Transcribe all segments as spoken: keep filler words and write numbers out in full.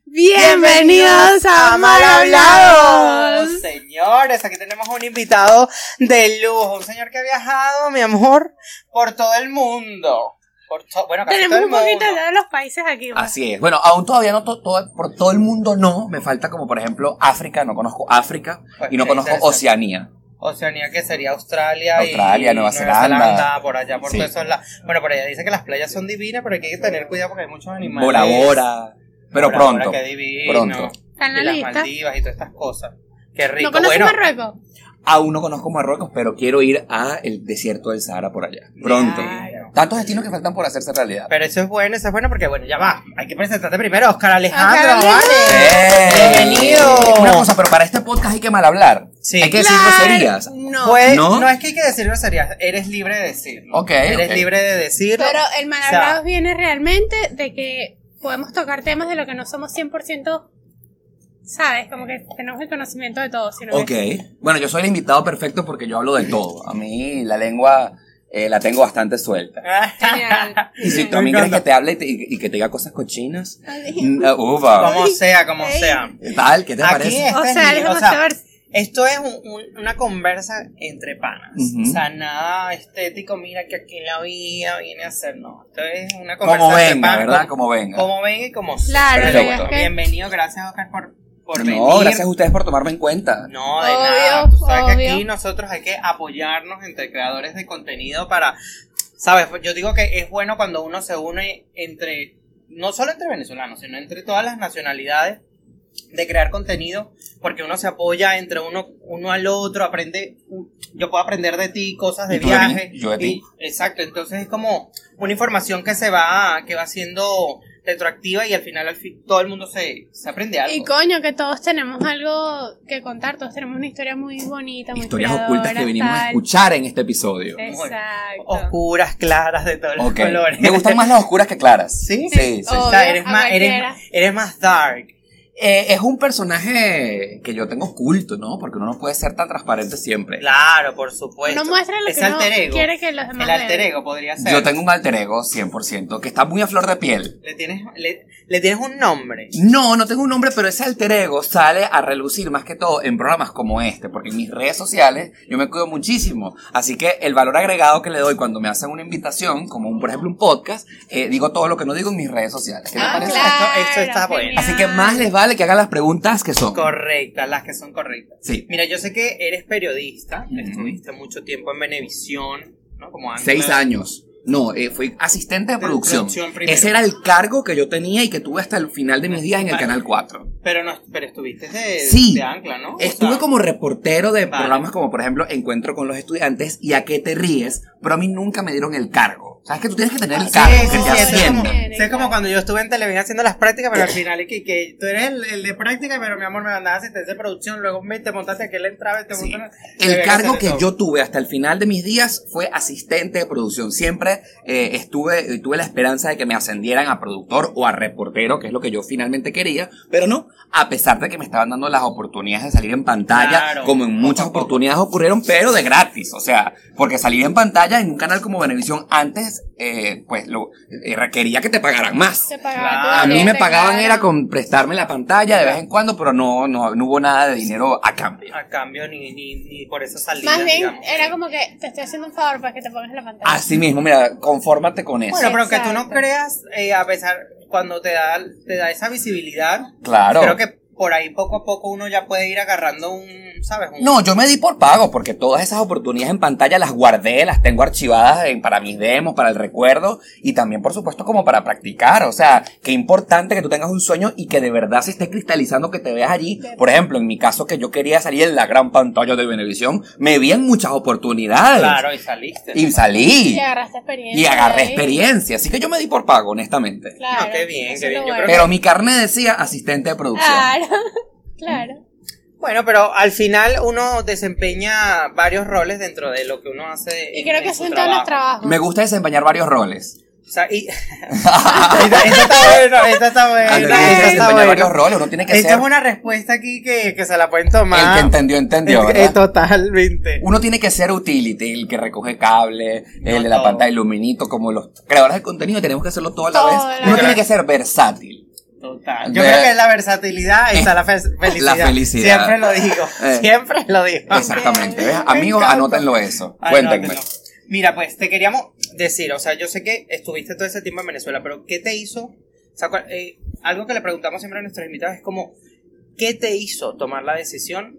Bienvenidos a Mal Hablados. Señores, aquí tenemos un invitado de lujo, un señor que ha viajado, mi amor, por todo el mundo. Por to- bueno, casi Tenemos todo el un poquito mundo. de los países aquí. ¿No? Así es. Bueno, aún todavía no, to- todo, por todo el mundo no. Me falta como, por ejemplo, África. No conozco África Pues y no qué conozco interesante. Oceanía. Oceanía, que sería Australia, Australia, y Nueva Zelanda. por allá, por Sí. todos esos lados. Bueno, por allá dice que las playas son divinas, pero hay que tener cuidado porque hay muchos animales. Bora Bora. Pero Bora pronto. Bora, qué divino. Pronto. Está en la Y las lista. Maldivas y todas estas cosas. Qué rico. ¿No conoces bueno, Marruecos? Aún no conozco Marruecos, pero quiero ir a el desierto del Sahara por allá. Pronto. Claro. Tantos destinos que faltan por hacerse realidad. Pero eso es bueno, eso es bueno porque, bueno, ya va. Hay que presentarte primero, Oscar Alejandro, Oscar ¿vale? ¡Eh! Bienvenido. Una cosa, pero para este podcast hay que mal hablar. Sí. Hay que decir Claro. groserías. No. Pues, ¿No? ¿No? es que hay que decir groserías, eres libre de decirlo. Ok, Eres ok. libre de decirlo. Pero el mal O sea, hablados viene realmente de que podemos tocar temas de lo que no somos cien por ciento, ¿sabes? Como que tenemos el conocimiento de todo. Sino Ok. que- Bueno, yo soy el invitado perfecto porque yo hablo de todo. A mí la lengua eh, la tengo bastante suelta. Genial. Y si Genial. también Me quieres encanta. que te hable y, te- y que te diga cosas cochinas. Ay. mm, uh, uva. Como sea, como Ey. sea. ¿Qué tal? ¿Qué te Aquí parece? es- O Este sea, es es mi- o demasiado sea, vers- Esto es un- un- una conversa entre panas. Ujú. O sea, nada estético, mira que aquí la vida viene a hacer, no. Esto es una conversa Como entre venga, panas, ¿verdad? Como, Como venga. como venga y como Claro, sea. Perfecto. es que- Bienvenido, gracias Oscar por, por venir. No, gracias a ustedes por tomarme en cuenta. No, de Obvio, nada. Tú sabes que aquí obvio. nosotros hay que apoyarnos entre creadores de contenido para, ¿sabes? Yo digo que es bueno cuando uno se une entre, no solo entre venezolanos, sino entre todas las nacionalidades, de crear contenido, porque uno se apoya entre uno uno al otro, aprende, yo puedo aprender de ti cosas de Y tú de mí, viaje. yo de ti. y- exacto, entonces es como una información que se va, que va siendo retroactiva y al final al fin, todo el mundo se, se aprende algo. Y coño, que todos tenemos algo que contar, todos tenemos una historia muy bonita, muy Historias inspiradora, ocultas que venimos a tal. escuchar en este episodio. Exacto. Oscuras, claras, de todos los Ok. colores. Me gustan más las oscuras que claras. ¿Sí? Sí, sí. Oh. O sea, Obvio, eres a más, eres, cualquiera. eres más dark. Eh, es un personaje que yo tengo oculto, ¿no? Porque uno no puede ser tan transparente siempre. Claro, por supuesto. Uno muestra lo Ese que uno alter ego. quiere que los demás El alter vean. ego podría ser. Yo tengo un alter ego cien por ciento que está muy a flor de piel. Le tienes, le, le tienes un nombre. No, no tengo un nombre, pero ese alter ego sale a relucir más que todo en programas como este, porque en mis redes sociales yo me cuido muchísimo. Así que el valor agregado que le doy cuando me hacen una invitación, como un, por ejemplo un podcast, eh, digo todo lo que no digo en mis redes sociales. ¿Qué te Ah, parece? claro, Esto- esto está bueno. genial. Así que más les vale que hagan las preguntas que son. Correctas, las que son correctas. Sí. Mira, yo sé que eres periodista, Ujú. estuviste mucho tiempo en Venevisión, ¿no? Como ancla. Seis años. No, eh, fui asistente de De producción. producción primero. Ese era el cargo que yo tenía y que tuve hasta el final de mis días en el Vale. Canal cuatro. Pero, no, pero estuviste de, Sí. de ancla, ¿no? O Estuve sea, como reportero de Vale. programas como, por ejemplo, Encuentro con los Estudiantes y A qué te ríes, pero a mí nunca me dieron el cargo. ¿Sabes que tú tienes que tener el Sí, cargo? sí, que sí, te eso es como, asciendan. sí, es como cuando yo estuve en televisión haciendo las prácticas, pero al final es que, que tú eres el, el de práctica, pero mi amor me mandabas asistencia de producción, luego me te montaste aquí, él entraba y te Sí. montaste. El cargo que yo tuve hasta el final de mis días fue asistente de producción. Siempre eh, estuve, eh, tuve la esperanza de que me ascendieran a productor o a reportero, que es lo que yo finalmente quería, pero no, a pesar de que me estaban dando las oportunidades de salir en pantalla, Claro, como en muchas poco a poco. oportunidades ocurrieron, pero de gratis. O sea, porque salir en pantalla en un canal como Venevisión antes, eh, pues lo eh, requería que te pagaran más. Te pagaba Claro. tu A mí me billete, pagaban claro. era con prestarme la pantalla de vez en cuando, pero no, no, no hubo nada de dinero a cambio. A cambio, ni, ni, ni por eso salí. Más bien, digamos. era como que te estoy haciendo un favor para que te pongas en la pantalla. Así mismo, mira, confórmate con eso. Bueno, pero que tú no Exacto. creas, eh, a pesar, cuando te da, te da esa visibilidad, Claro. creo que por ahí poco a poco uno ya puede ir agarrando un, ¿sabes? Un, No, yo me di por pago porque todas esas oportunidades en pantalla las guardé, las tengo archivadas en- para mis demos, para el recuerdo y también, por supuesto, como para practicar. O sea, qué importante que tú tengas un sueño y que de verdad se esté cristalizando, que te veas allí. Por ejemplo, en mi caso, que yo quería salir en la gran pantalla de Venevisión, me vi en muchas oportunidades. Claro, y saliste. Y salí. Y agarraste experiencia. Y agarré ahí. experiencia. Así que yo me di por pago, honestamente. Claro. No, qué bien, eso qué es bien. lo Yo bueno. creo Pero mi carnet decía asistente de producción. Claro. Claro. Bueno, pero al final uno desempeña varios roles dentro de lo que uno hace. Y en- creo en que su eso en todos los trabajo. trabajos. Me gusta desempeñar varios roles. O sea, y... esta, esta está bueno, esta está buena. Andrés, esta está desempeñar buena. varios roles, uno tiene que Esta ser. es una respuesta aquí que, que se la pueden tomar. El que entendió, entendió, Eh, ¿verdad? eh, totalmente. Uno tiene que ser utility, el que recoge cable, No el de la todo. pantalla, iluminito, como los creadores de contenido tenemos que hacerlo toda la Todo vez. la Uno vez. tiene que ser versátil. Total. Yo De- creo que en la versatilidad está la fe- felicidad. La felicidad. Siempre lo digo. Eh. Siempre lo digo. Exactamente. ¿Ves? Me Amigos, encanta. anótenlo eso. Ay, Cuéntenme. no, no. Mira, pues te queríamos decir, o sea, yo sé que estuviste todo ese tiempo en Venezuela, pero ¿qué te hizo? O sea, cuál- eh, algo que le preguntamos siempre a nuestros invitados es como, ¿qué te hizo tomar la decisión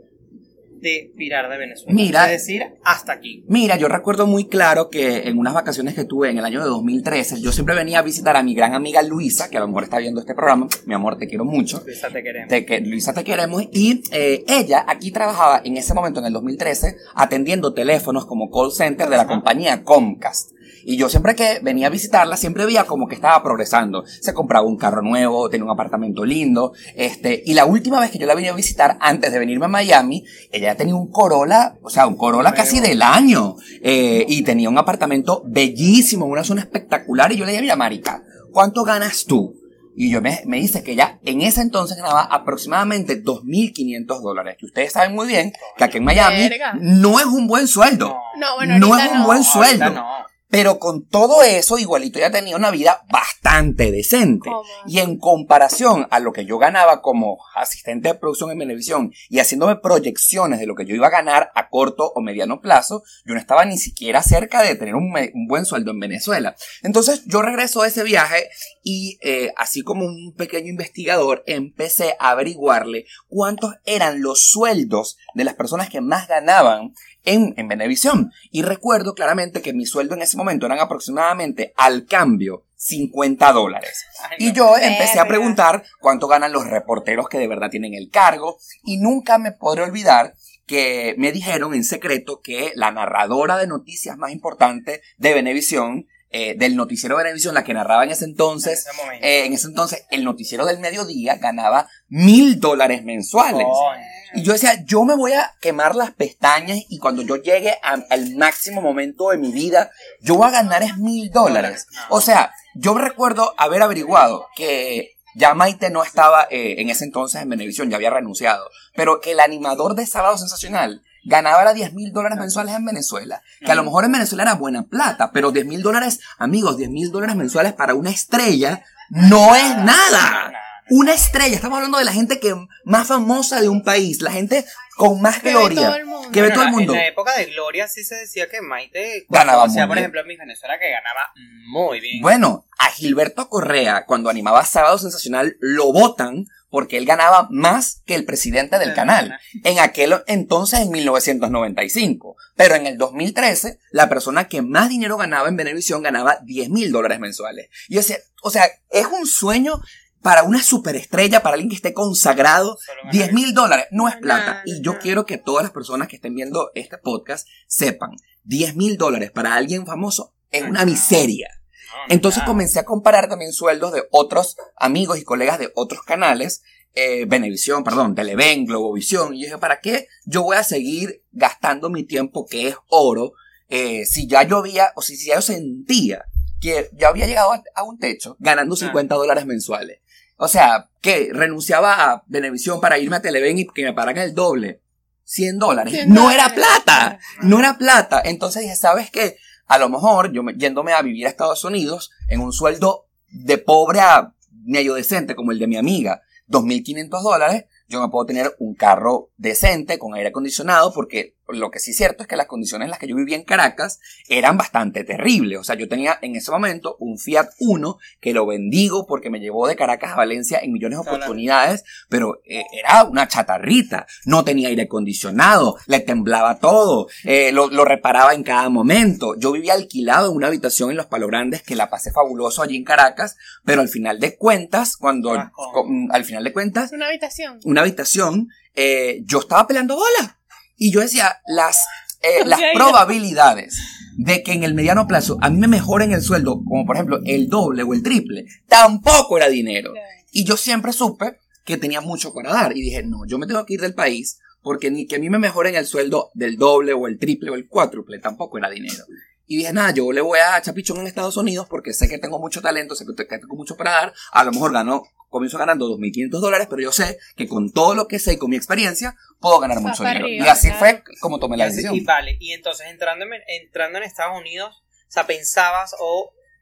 de virar de Venezuela? Mira. Es decir, hasta aquí. Mira, yo recuerdo muy claro que en unas vacaciones que tuve en el año de dos mil trece, yo siempre venía a visitar a mi gran amiga Luisa, que a lo mejor está viendo este programa. Mi amor, te quiero mucho. Luisa, te queremos. Te que, Luisa, te queremos. Y eh, ella aquí trabajaba en ese momento, en el dos mil trece, atendiendo teléfonos como call center de la Ajá. compañía Comcast. Y yo siempre que venía a visitarla, siempre veía como que estaba progresando. Se compraba un carro nuevo, tenía un apartamento lindo. Este, y la última vez que yo la vine a visitar, antes de venirme a Miami, ella tenía un Corolla, o sea, un Corolla Nuevo. casi del año. Eh, y tenía un apartamento bellísimo, una zona espectacular. Y yo le dije, mira, marica, ¿cuánto ganas tú? Y yo me, me dice que ella en ese entonces ganaba aproximadamente dos mil quinientos dólares. Que ustedes saben muy bien que aquí en Miami Verga. no es un buen sueldo. No. No, bueno, No ahorita es un no. buen Ahorita sueldo. no. Pero con todo eso, igualito ella tenía una vida bastante decente. ¿Cómo? Y en comparación a lo que yo ganaba como asistente de producción en Venevisión y haciéndome proyecciones de lo que yo iba a ganar a corto o mediano plazo, yo no estaba ni siquiera cerca de tener un, me- un buen sueldo en Venezuela. Entonces yo regreso de ese viaje y eh, así como un pequeño investigador empecé a averiguarle cuántos eran los sueldos de las personas que más ganaban en, en Venevisión. Y recuerdo claramente que mi sueldo en ese momento eran aproximadamente al cambio cincuenta dólares. Ay, Y no. yo empecé a Verga. preguntar cuánto ganan los reporteros que de verdad tienen el cargo. Y nunca me podré olvidar que me dijeron en secreto que la narradora de noticias más importante de Venevisión, eh, del noticiero de Venevisión, la que narraba en ese entonces, En ese momento. eh, en ese entonces el noticiero del mediodía ganaba mil dólares mensuales. Coño. Y yo decía, yo me voy a quemar las pestañas y cuando yo llegue a- al máximo momento de mi vida, yo voy a ganar es mil dólares. O sea, yo recuerdo haber averiguado que ya Maite no estaba eh, en ese entonces en Venevisión, ya había renunciado, pero que el animador de Sábado Sensacional ganaba era diez mil dólares mensuales en Venezuela. Que a lo mejor en Venezuela era buena plata, pero diez mil dólares, amigos, diez mil dólares mensuales para una estrella no es nada. Una estrella, estamos hablando de la gente que más famosa de un país, la gente con más Que ve gloria, todo el mundo. que ve Bueno, todo el la- mundo. En la época de Gloria sí se decía que Maite Ganaba o sea, muy por bien. ejemplo, en Miss Venezuela que ganaba muy bien. Bueno, a Gilberto Correa, cuando animaba Sábado Sensacional, lo votan porque él ganaba más que el presidente del Del canal. canal. En aquel entonces, en mil novecientos noventa y cinco. Pero en el dos mil trece, la persona que más dinero ganaba en Venevisión ganaba diez mil dólares mensuales. Y yo decía, o sea, es un sueño para una superestrella, para alguien que esté consagrado. Solo ganar diez mil dólares no es No, plata. no, Y yo no. quiero que todas las personas que estén viendo este podcast sepan, diez mil dólares para alguien famoso es una miseria. No, no, Entonces nada. comencé a comparar también sueldos de otros amigos y colegas de otros canales, eh, Venevisión, perdón, Televen, Globovisión, y dije, ¿para qué yo voy a seguir gastando mi tiempo, que es oro, eh, si ya yo había, o si, si ya yo sentía que ya había llegado a, a un techo ganando cincuenta dólares mensuales? O sea, que renunciaba a Venevisión para irme a Televen y que me pagaran el doble. cien dólares. cien No era dólares. plata. No era plata. Entonces dije, ¿sabes qué? A lo mejor yo me- yéndome a vivir a Estados Unidos en un sueldo de pobre a medio decente como el de mi amiga, dos mil quinientos dólares, yo me puedo tener un carro decente con aire acondicionado, porque lo que sí es cierto es que las condiciones en las que yo vivía en Caracas eran bastante terribles. O sea, yo tenía en ese momento un Fiat Uno que lo bendigo porque me llevó de Caracas a Valencia en millones de Claro. oportunidades, pero eh, era una chatarrita, no tenía aire acondicionado, le temblaba todo, eh, lo, lo reparaba en cada momento. Yo vivía alquilado en una habitación en Los Palos Grandes que la pasé fabuloso allí en Caracas, pero al final de cuentas, cuando Ah, con- con- al final de cuentas, Una habitación. una habitación, eh, yo estaba peleando bola. Y yo decía, las, eh, O las sea, probabilidades de que en el mediano plazo a mí me mejoren el sueldo, como por ejemplo el doble o el triple, tampoco era dinero. Y yo siempre supe que tenía mucho para dar. Y dije, no, yo me tengo que ir del país porque ni que a mí me mejoren el sueldo del doble o el triple o el cuádruple, tampoco era dinero. Y dije, nada, yo le voy a chapichón en Estados Unidos porque sé que tengo mucho talento, sé que te- que tengo mucho para dar. A lo mejor gano, comienzo ganando dos mil quinientos dólares, pero yo sé que con todo lo que sé y con mi experiencia, puedo ganar Vas mucho para dinero. arriba, Y así claro. fue como tomé la Y así- decisión. Y vale, y entonces entrando en, entrando en Estados Unidos, o sea, pensabas o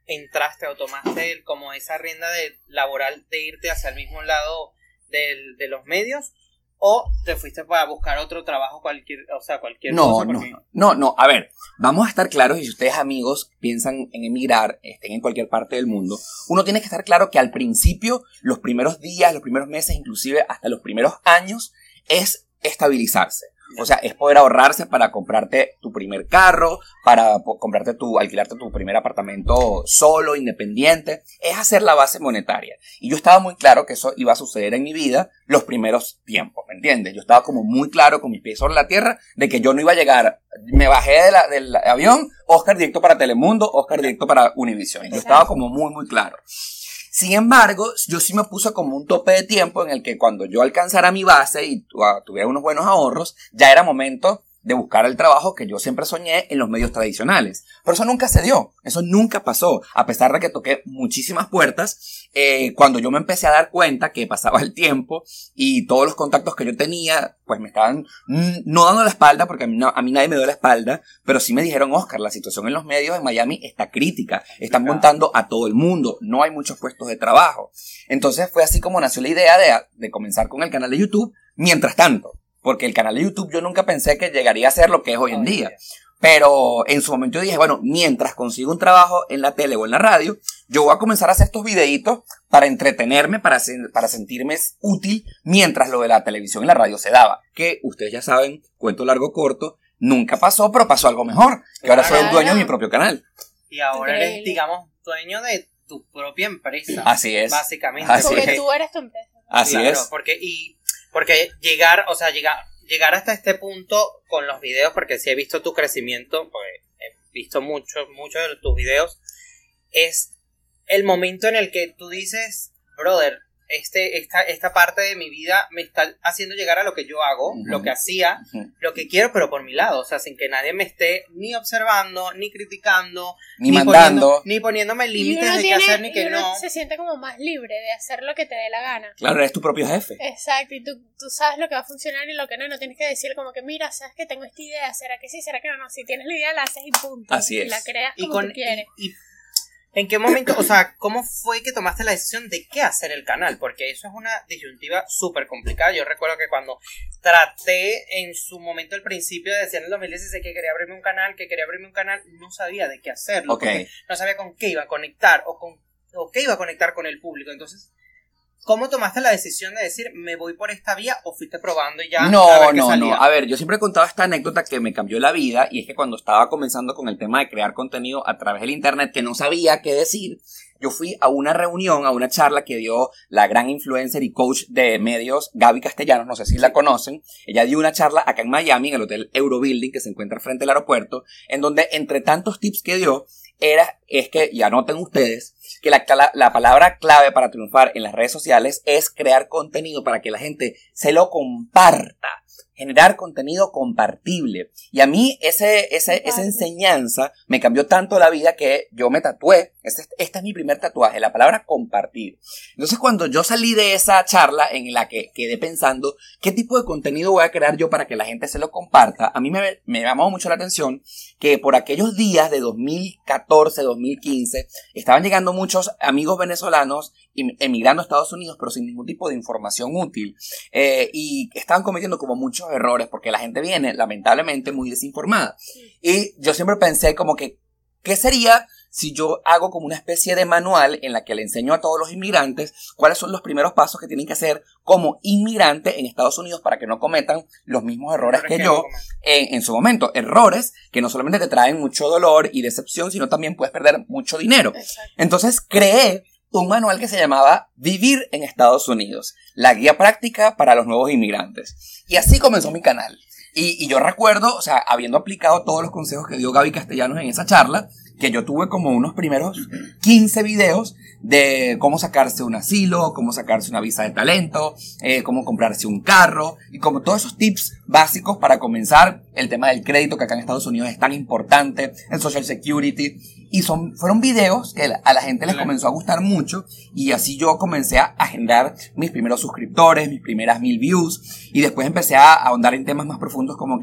entraste o tomaste el- como esa rienda de laboral de irte hacia el mismo lado del, de los medios? ¿O te fuiste para buscar otro trabajo, cualquier, o sea, cualquier No, cosa? no, Porque- no, no, no, a ver, vamos a estar claros y si ustedes amigos piensan en emigrar, estén en cualquier parte del mundo, uno tiene que estar claro que al principio, los primeros días, los primeros meses, inclusive hasta los primeros años, es estabilizarse. O sea, es poder ahorrarse para comprarte tu primer carro, para po- comprarte tu, alquilarte tu primer apartamento solo, independiente. Es hacer la base monetaria. Y yo estaba muy claro que eso iba a suceder en mi vida los primeros tiempos, ¿me entiendes? Yo estaba como muy claro con mis pies sobre la tierra de que yo no iba a llegar. Me bajé de la- del avión, Oscar directo para Telemundo, Oscar directo para Univision. Yo estaba como muy, muy claro. Sin embargo, yo sí me puse como un tope de tiempo en el que cuando yo alcanzara mi base y tu- ah, tuviera unos buenos ahorros, ya era momento de buscar el trabajo que yo siempre soñé en los medios tradicionales. Pero eso nunca se dio, eso nunca pasó, a pesar de que toqué muchísimas puertas. Eh, cuando yo me empecé a dar cuenta que pasaba el tiempo y todos los contactos que yo tenía, pues me estaban mm, no dando la espalda, porque a mí, no- a mí nadie me dio la espalda, pero sí me dijeron, Oscar, la situación en los medios en Miami está crítica, están montando a todo el mundo, no hay muchos puestos de trabajo. Entonces fue así como nació la idea de, de comenzar con el canal de YouTube, mientras tanto, porque el canal de YouTube yo nunca pensé que llegaría a ser lo que es hoy en día. Pero en su momento yo dije, bueno, mientras consigo un trabajo en la tele o en la radio, yo voy a comenzar a hacer estos videitos para entretenerme, para, sen- para sentirme útil, mientras lo de la televisión y la radio se daba. Que ustedes ya saben, cuento largo corto, nunca pasó, pero pasó algo mejor. Que ahora soy el Claro. dueño de mi propio canal. Y ahora eres, Increíble. digamos, dueño de tu propia empresa. Así es. Básicamente. Así Porque porque- tú eres tu empresa. Así Claro, es. Porque, y, porque llegar, o sea, llegar, llegar hasta este punto con los videos, porque si he visto tu crecimiento, pues he visto muchos, muchos de tus videos, es el momento en el que tú dices, brother, este, esta, esta parte de mi vida me está haciendo llegar a lo que yo hago, Ujú. lo que hacía, Ujú. lo que quiero, pero por mi lado, o sea, sin que nadie me esté ni observando, ni criticando, Ni mandando. poniendo- ni poniéndome Y límites uno de tiene- qué hacer ni y qué uno no. se siente como más libre de hacer lo que te dé la gana. Claro, eres tu propio jefe. Exacto, y tú, tú sabes lo que va a funcionar y lo que no, y no tienes que decir como que mira, sabes que tengo esta idea, ¿será que sí, será que no? No, si tienes la idea la haces y punto. Así Y es. la creas Y como con tú quieres. y, y ¿en qué momento, o sea, cómo fue que tomaste la decisión de qué hacer el canal? Porque eso es una disyuntiva súper complicada. Yo recuerdo que cuando traté en su momento al principio de decir en el dos mil dieciséis que quería abrirme un canal, que quería abrirme un canal, no sabía de qué hacerlo. Ok. Porque no sabía con qué iba a conectar o con o qué iba a conectar con el público. Entonces, ¿cómo tomaste la decisión de decir me voy por esta vía o fuiste probando y ya a No, ver qué no, salía? no. A ver, yo siempre he contado esta anécdota que me cambió la vida y es que cuando estaba comenzando con el tema de crear contenido a través del internet que no sabía qué decir, yo fui a una reunión, a una charla que dio la gran influencer y coach de medios, Gaby Castellanos, no sé si la conocen. Ella dio una charla acá en Miami, en el Hotel Eurobuilding, que se encuentra frente al aeropuerto, en donde entre tantos tips que dio, era, es que, y anoten ustedes, que la, la, la palabra clave para triunfar en las redes sociales es crear contenido para que la gente se lo comparta. Generar contenido compartible. Y a mí ese, ese, esa enseñanza me cambió tanto la vida que yo me tatué. Este, este es mi primer tatuaje, la palabra compartir. Entonces cuando yo salí de esa charla en la que quedé pensando qué tipo de contenido voy a crear yo para que la gente se lo comparta, a mí me, me llamó mucho la atención que por aquellos días de dos mil catorce, dos mil quince, estaban llegando muchos amigos venezolanos emigrando a Estados Unidos, pero sin ningún tipo de información útil. Eh, y estaban cometiendo como muchos errores porque la gente viene, lamentablemente, muy desinformada. Y yo siempre pensé como que, ¿qué sería si yo hago como una especie de manual en la que le enseño a todos los inmigrantes cuáles son los primeros pasos que tienen que hacer como inmigrante en Estados Unidos para que no cometan los mismos errores que yo en, en su momento? Errores que no solamente te traen mucho dolor y decepción, sino también puedes perder mucho dinero. Exacto. Entonces creé un manual que se llamaba Vivir en Estados Unidos, la guía práctica para los nuevos inmigrantes. Y así comenzó mi canal. Y, y yo recuerdo, o sea, habiendo aplicado todos los consejos que dio Gaby Castellanos en esa charla, que yo tuve como unos primeros quince videos de cómo sacarse un asilo, cómo sacarse una visa de talento, eh, cómo comprarse un carro, y como todos esos tips básicos para comenzar el tema del crédito, que acá en Estados Unidos es tan importante, el Social Security. Y son, fueron videos que a la gente les comenzó a gustar mucho, y así yo comencé a, a generar mis primeros suscriptores, mis primeras mil views, y después empecé a ahondar en temas más profundos como que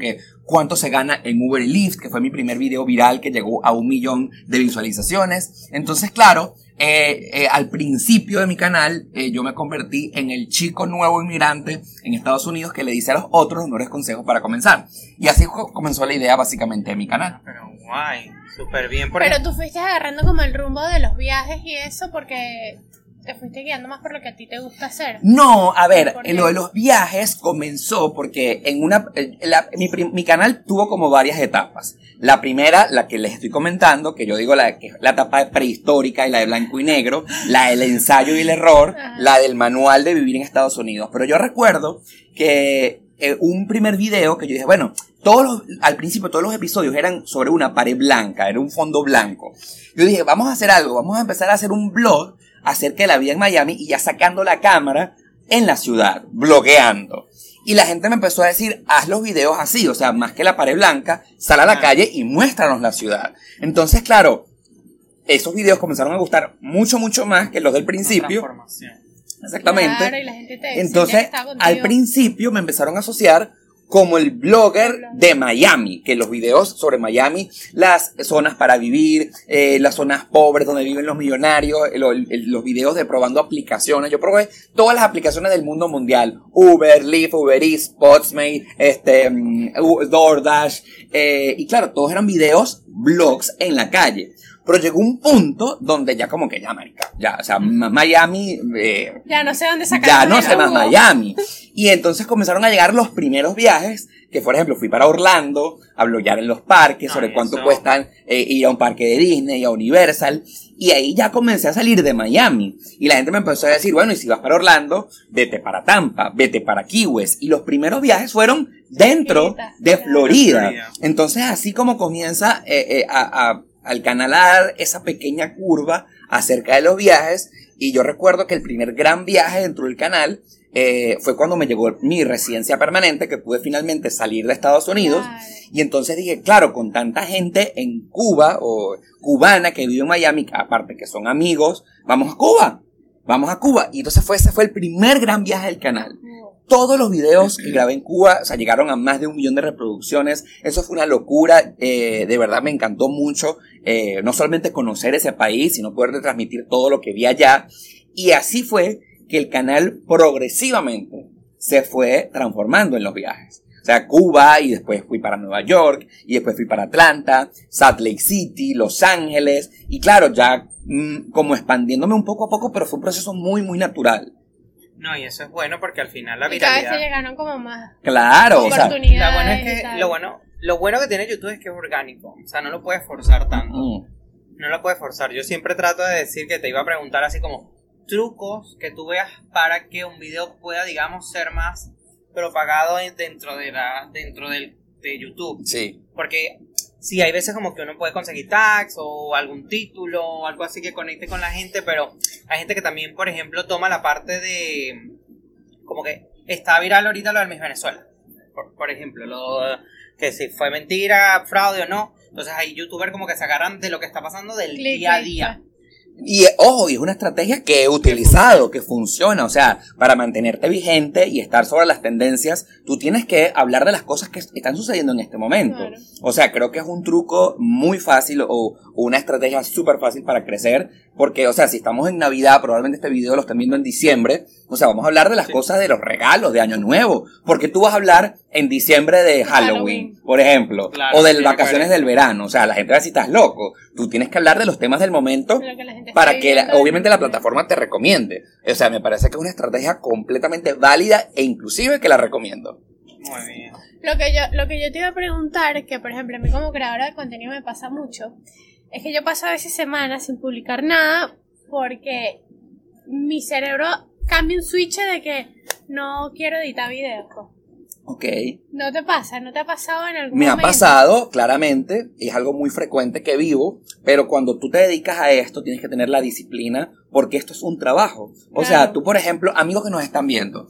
cuánto se gana en Uber y Lyft, que fue mi primer video viral que llegó a un millón de visualizaciones. Entonces, claro, eh, eh, al principio de mi canal, eh, yo me convertí en el chico nuevo inmigrante en Estados Unidos que le dice a los otros los mejores consejos para comenzar. Y así comenzó la idea básicamente de mi canal. Pero guay, súper bien. Por Pero ejemplo, tú fuiste agarrando como el rumbo de los viajes y eso porque te fuiste guiando más por lo que a ti te gusta hacer. No, a ver, ¿Por en qué? lo de los viajes comenzó porque en una, eh, la- mi, prim- mi canal tuvo como varias etapas. La primera, la que les estoy comentando, que yo digo la, que, la etapa prehistórica y la de blanco y negro, la del ensayo y el error, Ajá. la del manual de vivir en Estados Unidos. Pero yo recuerdo que eh, un primer video que yo dije, bueno, todos los, al principio todos los episodios eran sobre una pared blanca, era un fondo blanco. Yo dije, vamos a hacer algo, vamos a empezar a hacer un blog acerca de la vida en Miami y ya sacando la cámara en la ciudad, blogueando. Y la gente me empezó a decir, haz los videos así, o sea, más que la pared blanca, sal a la calle y muéstranos la ciudad. Entonces, claro, esos videos comenzaron a gustar mucho, mucho más que los del principio. transformación. Exactamente. Claro, y la gente te decía que Entonces, estaba contigo. al principio me empezaron a asociar como el blogger de Miami, que los videos sobre Miami, las zonas para vivir, eh, las zonas pobres donde viven los millonarios, el- el- los videos de probando aplicaciones. Yo probé todas las aplicaciones del mundo mundial: Uber, Lyft, Uber Eats, Postmate, este, mm, DoorDash, eh, y claro, todos eran videos, blogs en la calle. Pero llegó un punto donde ya como que ya, marica, ya, o sea, Ma- Miami, eh, Ya no sé dónde sacar ya no sé más Miami. Y entonces comenzaron a llegar los primeros viajes, que por ejemplo fui para Orlando a bloguear en los parques, sobre Ay, cuánto eso. cuestan eh, ir a un parque de Disney, a Universal. Y ahí ya comencé a salir de Miami. Y la gente me empezó a decir, bueno, y si vas para Orlando, vete para Tampa, vete para Key West. Y los primeros viajes fueron dentro de Florida. Florida. Entonces así como comienza eh, eh, a, a, al canal a dar esa pequeña curva acerca de los viajes. Y yo recuerdo que el primer gran viaje dentro del canal eh, fue cuando me llegó mi residencia permanente, que pude finalmente salir de Estados Unidos. Claro. Y entonces dije, claro, con tanta gente en Cuba o cubana que vive en Miami, aparte que son amigos, vamos a Cuba, vamos a Cuba. Y entonces fue, ese fue el primer gran viaje del canal. Todos los videos que grabé en Cuba, o sea, llegaron a más de un millón de reproducciones. Eso fue una locura. Eh, de verdad me encantó mucho. Eh, no solamente conocer ese país, sino poder transmitir todo lo que vi allá. Y así fue que el canal progresivamente se fue transformando en los viajes. O sea, Cuba, y después fui para Nueva York, y después fui para Atlanta, Salt Lake City, Los Ángeles. Y claro, ya mm, como expandiéndome un poco a poco, pero fue un proceso muy, muy natural. No, y eso es bueno porque al final la Y cada vez te viralidad... llegaron como más Claro, o sea, oportunidades. La buena es y que, tal. lo bueno, lo bueno que tiene YouTube es que es orgánico. O sea, no lo puedes forzar tanto. mm, No lo puedes forzar. Yo siempre trato de decir que te iba a preguntar así como trucos que tú veas para que un video pueda, digamos, ser más propagado en- dentro de la dentro del, de YouTube. sí. Porque sí, hay veces como que uno puede conseguir tags o algún título o algo así que conecte con la gente, pero hay gente que también, por ejemplo, toma la parte de... Como que está viral ahorita lo del Miss Venezuela. Por, por ejemplo, lo que si fue mentira, fraude o no. Entonces hay youtubers como que se agarran de lo que está pasando del Clic, día a clic, día. Y ojo, y es una estrategia que he utilizado, que funciona. O sea, para mantenerte vigente y estar sobre las tendencias, tú tienes que hablar de las cosas que están sucediendo en este momento. Claro. O sea, creo que es un truco muy fácil o, o una estrategia súper fácil para crecer. Porque, o sea, si estamos en Navidad, probablemente este video lo estén viendo en diciembre. O sea, vamos a hablar de las Sí. cosas de los regalos de Año Nuevo. Porque tú vas a hablar en diciembre de Halloween, Halloween. por ejemplo. Claro, o de sí, vacaciones recuerdo. del verano. O sea, la gente va a decir, estás loco. Tú tienes que hablar de los temas del momento De lo que la gente para está que la- viviendo. obviamente la plataforma te recomiende. O sea, me parece que es una estrategia completamente válida e inclusive que la recomiendo. Muy bien. Lo que yo, lo que yo te iba a preguntar, que por ejemplo a mí como creadora de contenido me pasa mucho, es que yo paso a veces semanas sin publicar nada porque mi cerebro cambia un switch de que no quiero editar videos. pues. Ok. ¿No te pasa? ¿No te ha pasado en algún Me ha momento? pasado, claramente, es algo muy frecuente que vivo, pero cuando tú te dedicas a esto tienes que tener la disciplina porque esto es un trabajo. O sea, Claro. tú, por ejemplo, amigos que nos están viendo,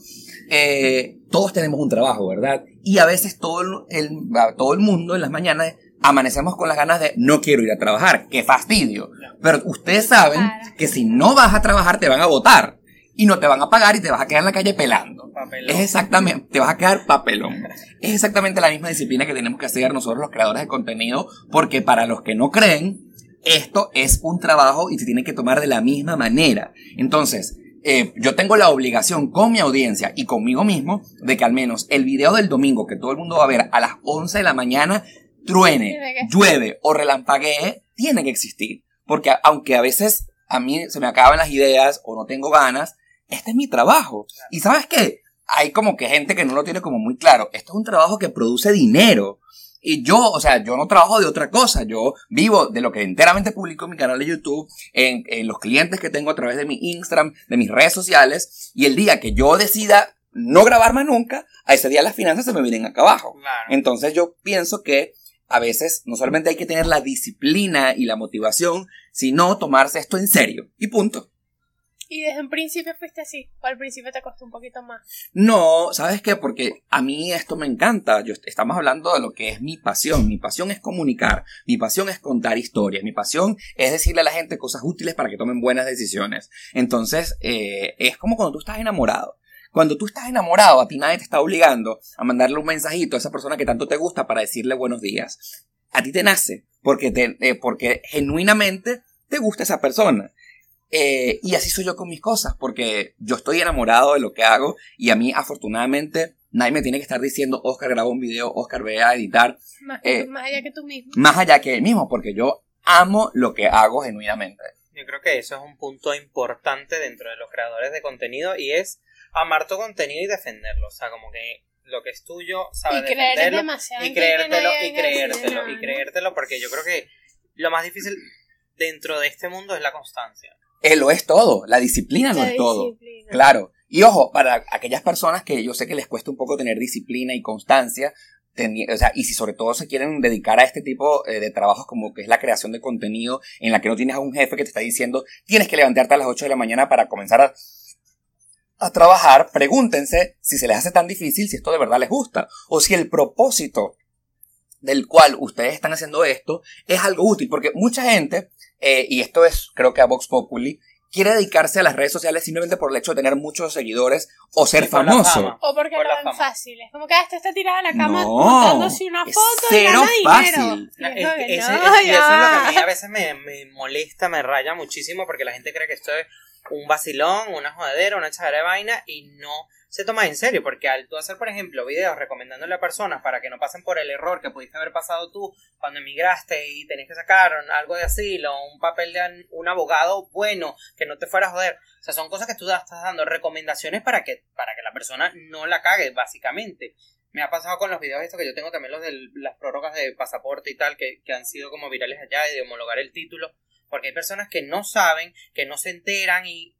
eh, todos tenemos un trabajo, ¿verdad? Y a veces todo el, el- todo el mundo en las mañanas amanecemos con las ganas de no quiero ir a trabajar, qué fastidio. Pero ustedes saben Claro. que si no vas a trabajar te van a votar y no te van a pagar y te vas a quedar en la calle pelando. Papelón. Es exactamente, te vas a quedar papelón. es exactamente la misma disciplina que tenemos que hacer nosotros los creadores de contenido, porque para los que no creen, esto es un trabajo y se tiene que tomar de la misma manera. Entonces, eh, yo tengo la obligación con mi audiencia y conmigo mismo de que al menos el video del domingo que todo el mundo va a ver a las once de la mañana, truene, llueve o relampaguee, tiene que existir. Porque aunque a veces a mí se me acaban las ideas o no tengo ganas, este es mi trabajo. ¿Y sabes qué? Hay como que gente que no lo tiene como muy claro. Esto es un trabajo que produce dinero. Y yo, o sea, yo no trabajo de otra cosa. Yo vivo de lo que enteramente publico en mi canal de YouTube, en, en los clientes que tengo a través de mi Instagram, de mis redes sociales. Y el día que yo decida no grabar más nunca, a ese día las finanzas se me vienen acá abajo. Claro. Entonces yo pienso que a veces no solamente hay que tener la disciplina y la motivación, sino tomarse esto en serio. Y punto. ¿Y desde un principio fuiste así? ¿O al principio te costó un poquito más? No, ¿sabes qué? Porque a mí esto me encanta. Yo, estamos hablando de lo que es mi pasión. Mi pasión es comunicar. Mi pasión es contar historias. Mi pasión es decirle a la gente cosas útiles para que tomen buenas decisiones. Entonces, eh, es como cuando tú estás enamorado. Cuando tú estás enamorado, a ti nadie te está obligando a mandarle un mensajito a esa persona que tanto te gusta para decirle buenos días. A ti te nace porque, te, eh, porque genuinamente te gusta esa persona. Eh, y así soy yo con mis cosas, porque yo estoy enamorado de lo que hago y a mí afortunadamente nadie me tiene que estar diciendo Oscar graba un video, Oscar ve a editar. Más, que eh, tú, más allá que tú mismo. Más allá que él mismo, porque yo amo lo que hago genuinamente. Yo creo que eso es un punto importante dentro de los creadores de contenido y es amar tu contenido y defenderlo. O sea, como que lo que es tuyo, sabes y creer defenderlo demasiado y en que creértelo nadie y venga a decir creértelo nada, y ¿no? creértelo porque yo creo que lo más difícil dentro de este mundo es la constancia. Eh, lo es todo, la disciplina La lo es todo. disciplina. Claro. Y ojo, para aquellas personas que yo sé que les cuesta un poco tener disciplina y constancia, teni- o sea, y si sobre todo se quieren dedicar a este tipo eh, de trabajos como que es la creación de contenido, en la que no tienes a un jefe que te está diciendo tienes que levantarte a las ocho de la mañana para comenzar a, a trabajar, pregúntense si se les hace tan difícil, si esto de verdad les gusta, o si el propósito del cual ustedes están haciendo esto es algo útil, porque mucha gente, eh, y esto es creo que a Vox Populi, quiere dedicarse a las redes sociales simplemente por el hecho de tener muchos seguidores o ser Sí, por la famoso. fama. O porque Por lo la ven fama. fácil. Es como que este está tirado en la cama No, montándose una es foto y cero gana dinero. fácil. Y La- es es- como que ese- no, es- y eso es lo que a ya. mí a veces me, me molesta, me raya muchísimo porque la gente cree que esto es un vacilón, una jodedera, una echadera de vaina y no se toma en serio porque al tú hacer, por ejemplo, videos recomendándole a personas para que no pasen por el error que pudiste haber pasado tú cuando emigraste y tenías que sacar algo de asilo, un papel de un abogado bueno que no te fuera a joder, o sea, son cosas que tú estás dando recomendaciones para que, para que la persona no la cague, básicamente. Me ha pasado con los videos estos que yo tengo también los de las prórrogas de pasaporte y tal que, que han sido como virales allá y de homologar el título, porque hay personas que no saben, que no se enteran y,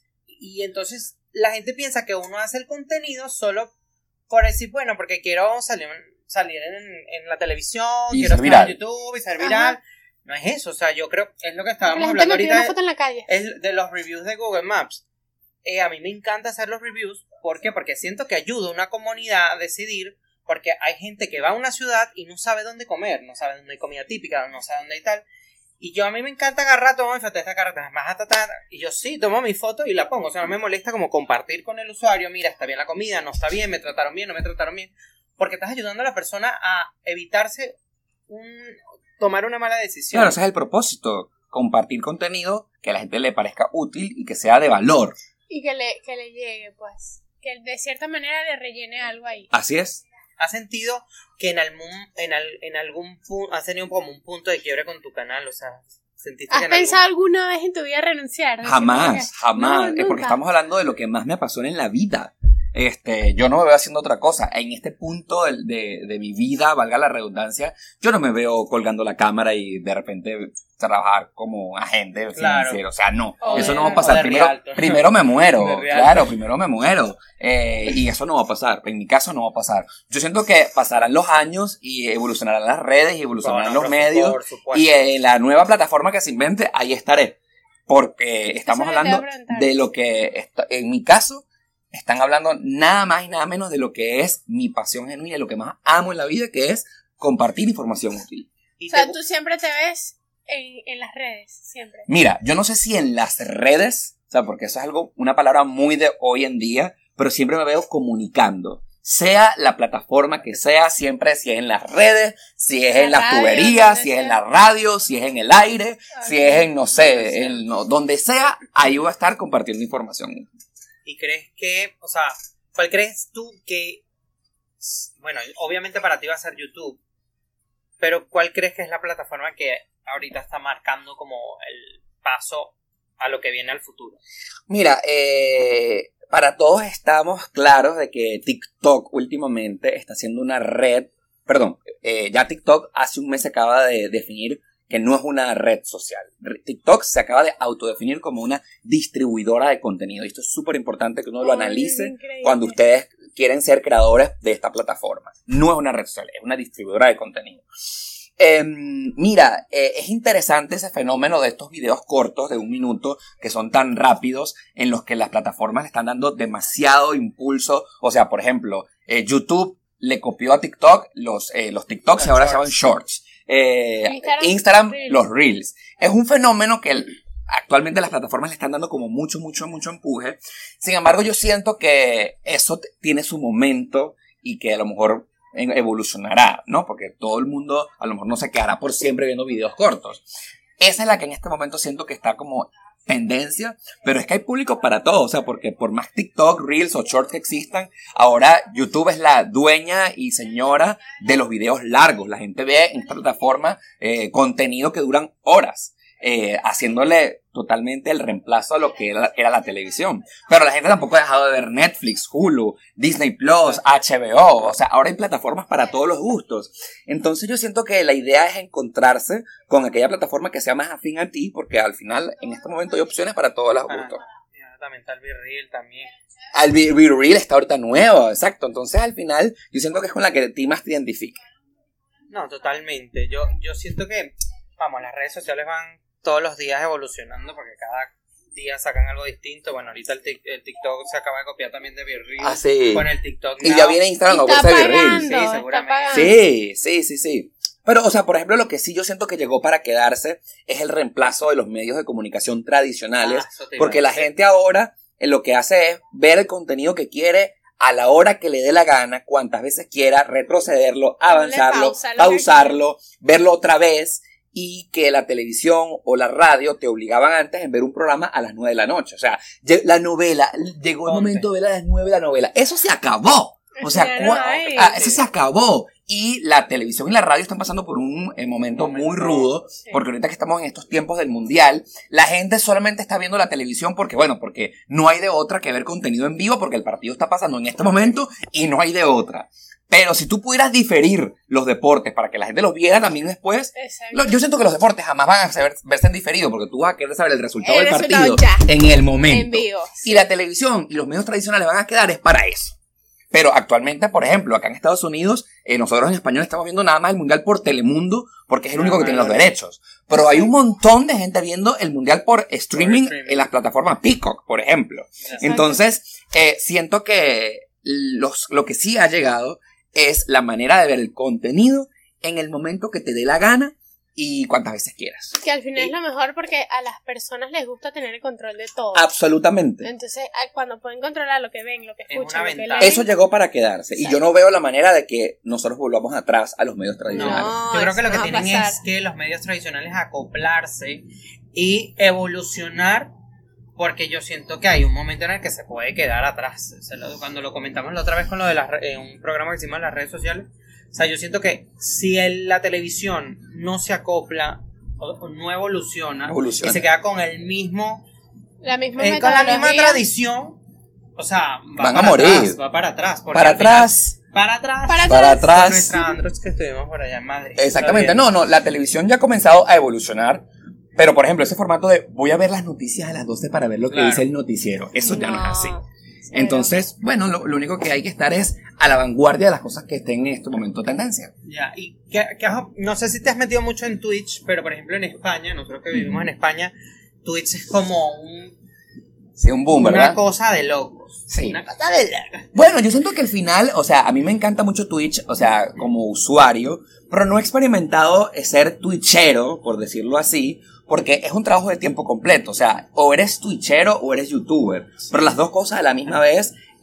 y entonces la gente piensa que uno hace el contenido solo por decir, bueno, porque quiero salir, salir en, en la televisión, Y quiero ser estar viral. en YouTube y ser Ajá. viral. No es eso, o sea, yo creo, es lo que La estábamos gente hablando me pide ahorita, una foto en la calle. es de los reviews de Google Maps. Eh, a mí me encanta hacer los reviews, ¿por qué? Porque siento que ayuda a una comunidad a decidir, porque hay gente que va a una ciudad y no sabe dónde comer, no sabe dónde hay comida típica, no sabe dónde hay tal. Y yo a mí me encanta agarrar, tomo mi foto de esta carta, más ta, y yo sí, tomo mi foto y la pongo. O sea, no me molesta como compartir con el usuario, mira, está bien la comida, no está bien, me trataron bien, no me trataron bien. Porque estás ayudando a la persona a evitarse un tomar una mala decisión. Claro, ese es el propósito, compartir contenido que a la gente le parezca útil y que sea de valor. Y que le, que le llegue, pues. Que de cierta manera le rellene algo ahí. Así es. ¿Has sentido que en algún, en, al, en algún punto, has tenido como un punto de quiebre con tu canal? O sea, ¿sentiste ¿Has que en algún- pensado alguna vez en tu vida renunciar? Decir, Jamás, como que, jamás. no, Es porque nunca. estamos hablando de lo que más me apasiona en la vida. Este, yo no me veo haciendo otra cosa. En este punto de, de, de mi vida, valga la redundancia, yo no me veo colgando la cámara y de repente trabajar como agente Claro. financiero. O sea, no. O eso de- no va a o pasar. de Primero, Rialto. primero me muero. De Rialto. Claro, primero me muero. Eh, y eso no va a pasar. En mi caso no va a pasar. Yo siento que pasarán los años y evolucionarán las redes y evolucionarán Bueno, los por su- medios. por supuesto. Y en la nueva plataforma que se invente, ahí estaré. Porque estamos Eso te iba a hablando preguntar. de lo que, está- en mi caso, están hablando nada más y nada menos de lo que es mi pasión genuina y lo que más amo en la vida, que es compartir información útil. Y O sea, te- tú siempre te ves en, en las redes, siempre. Mira, yo no sé si en las redes, o sea, porque eso es algo, una palabra muy de hoy en día, pero siempre me veo comunicando. sea la plataforma que sea, siempre si es en las redes, si es La en las radio, tuberías, donde si es en sea. la radio, si es en el aire, si Ok. es en, no sé, en, no, donde sea, ahí voy a estar compartiendo información. ¿Y crees que, o sea, cuál crees tú que, bueno, obviamente para ti va a ser YouTube, pero cuál crees que es la plataforma que ahorita está marcando como el paso a lo que viene al futuro? Mira, eh, para todos estamos claros de que TikTok últimamente está siendo una red, perdón, eh, ya TikTok hace un mes se acaba de definir que no es una red social. TikTok se acaba de autodefinir como una distribuidora de contenido. Y esto es súper importante que uno lo Oye, analice increíble. cuando ustedes quieren ser creadores de esta plataforma. No es una red social, es una distribuidora de contenido. Eh, mira, eh, es interesante ese fenómeno de estos videos cortos de un minuto que son tan rápidos en los que las plataformas le están dando demasiado impulso. O sea, por ejemplo, eh, YouTube le copió a TikTok los, eh, los TikToks Los y ahora shorts. se llaman Shorts. Eh, Instagram, Instagram, Reels. los Reels. Es un fenómeno que el- actualmente las plataformas le están dando como mucho, mucho, mucho empuje. Sin embargo, yo siento que eso t- tiene su momento y que a lo mejor en- evolucionará, ¿no? Porque todo el mundo a lo mejor no se quedará por siempre viendo videos cortos. Esa es la que en este momento siento que está como tendencia, pero es que hay público para todo, o sea, porque por más TikTok, Reels o Shorts que existan, ahora YouTube es la dueña y señora de los videos largos. La gente ve en esta plataforma eh, contenido que duran horas, eh, haciéndole totalmente el reemplazo a lo que era, era la televisión. Pero la gente tampoco ha dejado de ver Netflix, Hulu, Disney Plus, H B O, o sea, ahora hay plataformas para todos los gustos. Entonces yo siento que la idea es encontrarse con aquella plataforma que sea más afín a ti, porque al final en este momento hay opciones para todos los Para- gustos. ya, también está el Virreel también. Al Be Be Real está ahorita nuevo, exacto. Entonces al final yo siento que es con la que a ti más te identifica. No, totalmente. Yo, yo siento que, vamos, las redes sociales van todos los días evolucionando porque cada día sacan algo distinto. Bueno, ahorita el, tic- el TikTok se acaba de copiar también de Virreel. Ah, sí. Con el TikTok Y Now. ya viene Instagram a Está bolsa de Be Real. pagando, Sí, está seguramente. pagando. Sí, sí, sí, sí. Pero, o sea, por ejemplo, lo que sí yo siento que llegó para quedarse es el reemplazo de los medios de comunicación tradicionales. Ah, eso te iba Porque a la decir. gente ahora eh, lo que hace es ver el contenido que quiere a la hora que le dé la gana, cuantas veces quiera, retrocederlo, avanzarlo, pausa, lo que pausarlo, verlo otra vez, y que la televisión o la radio te obligaban antes en ver un programa a las nueve de la noche. O sea, lle- la novela, llegó el Ponte. momento de ver a las nueve de la novela. Eso se acabó. O Eso sea, ya no cua- hay. ah, eso se acabó. Y la televisión y la radio están pasando por un eh, momento muy Momento. rudo, Sí. porque ahorita que estamos en estos tiempos del mundial, la gente solamente está viendo la televisión porque, bueno, porque no hay de otra que ver contenido en vivo, porque el partido está pasando en este momento y no hay de otra. Pero si tú pudieras diferir los deportes para que la gente los viera también después, Exacto. lo- yo siento que los deportes jamás van a ser- verse en diferido, porque tú vas a querer saber el resultado El del resultado partido ya. en el momento. En vivo. Y la televisión y los medios tradicionales van a quedar es para eso. Pero actualmente, por ejemplo, acá en Estados Unidos, eh, nosotros en español estamos viendo nada más el Mundial por Telemundo, porque es el único que tiene los derechos. Pero hay un montón de gente viendo el Mundial por streaming, streaming. en las plataformas Peacock, por ejemplo. Exacto. Entonces, eh, siento que los, lo que sí ha llegado es la manera de ver el contenido en el momento que te dé la gana y cuantas veces quieras. Que al final Y- es lo mejor porque a las personas les gusta tener el control de todo. Absolutamente. Entonces, ah, cuando pueden controlar lo que ven, lo que Es escuchan, una lo que ventaja. leen. Eso llegó para quedarse. Y yo no veo la manera de que nosotros volvamos atrás a los medios tradicionales. No, Yo creo eso que lo que no va a tienen pasar. es que los medios tradicionales acoplarse y evolucionar, porque yo siento que hay un momento en el que se puede quedar atrás. Se lo- cuando lo comentamos la otra vez con lo de las re- eh, un programa que hicimos en las redes sociales, o sea, yo siento que si el- la televisión no se acopla o, o no evoluciona, Evoluciona. y se queda con el mismo, La misma eh, con la misma metodología. tradición, o sea, va Van a para morir. atrás, va para atrás. porque Para al final- atrás. para atrás. Para Para atrás. Con atrás. nuestra Android que estuvimos por allá en Madrid. Exactamente. Está bien. No, no, la televisión ya ha comenzado a evolucionar. Pero, por ejemplo, ese formato de voy a ver las noticias a las doce para ver lo que Claro. dice el noticiero. Eso ya no, es así. cero. Entonces, bueno, lo, lo único que hay que estar es a la vanguardia de las cosas que estén en este momento tendencia. Ya, y que, que has- no sé si te has metido mucho en Twitch, pero por ejemplo en España, nosotros que vivimos en España, Twitch es como un, Sí, un boom, una ¿verdad? cosa de locos. Sí. Una cosa de locos. Bueno, yo siento que al final, o sea, a mí me encanta mucho Twitch, o sea, como usuario, pero no he experimentado ser twitchero, por decirlo así, porque es un trabajo de tiempo completo, o sea, o eres twitchero o eres youtuber, pero las dos cosas a la misma vez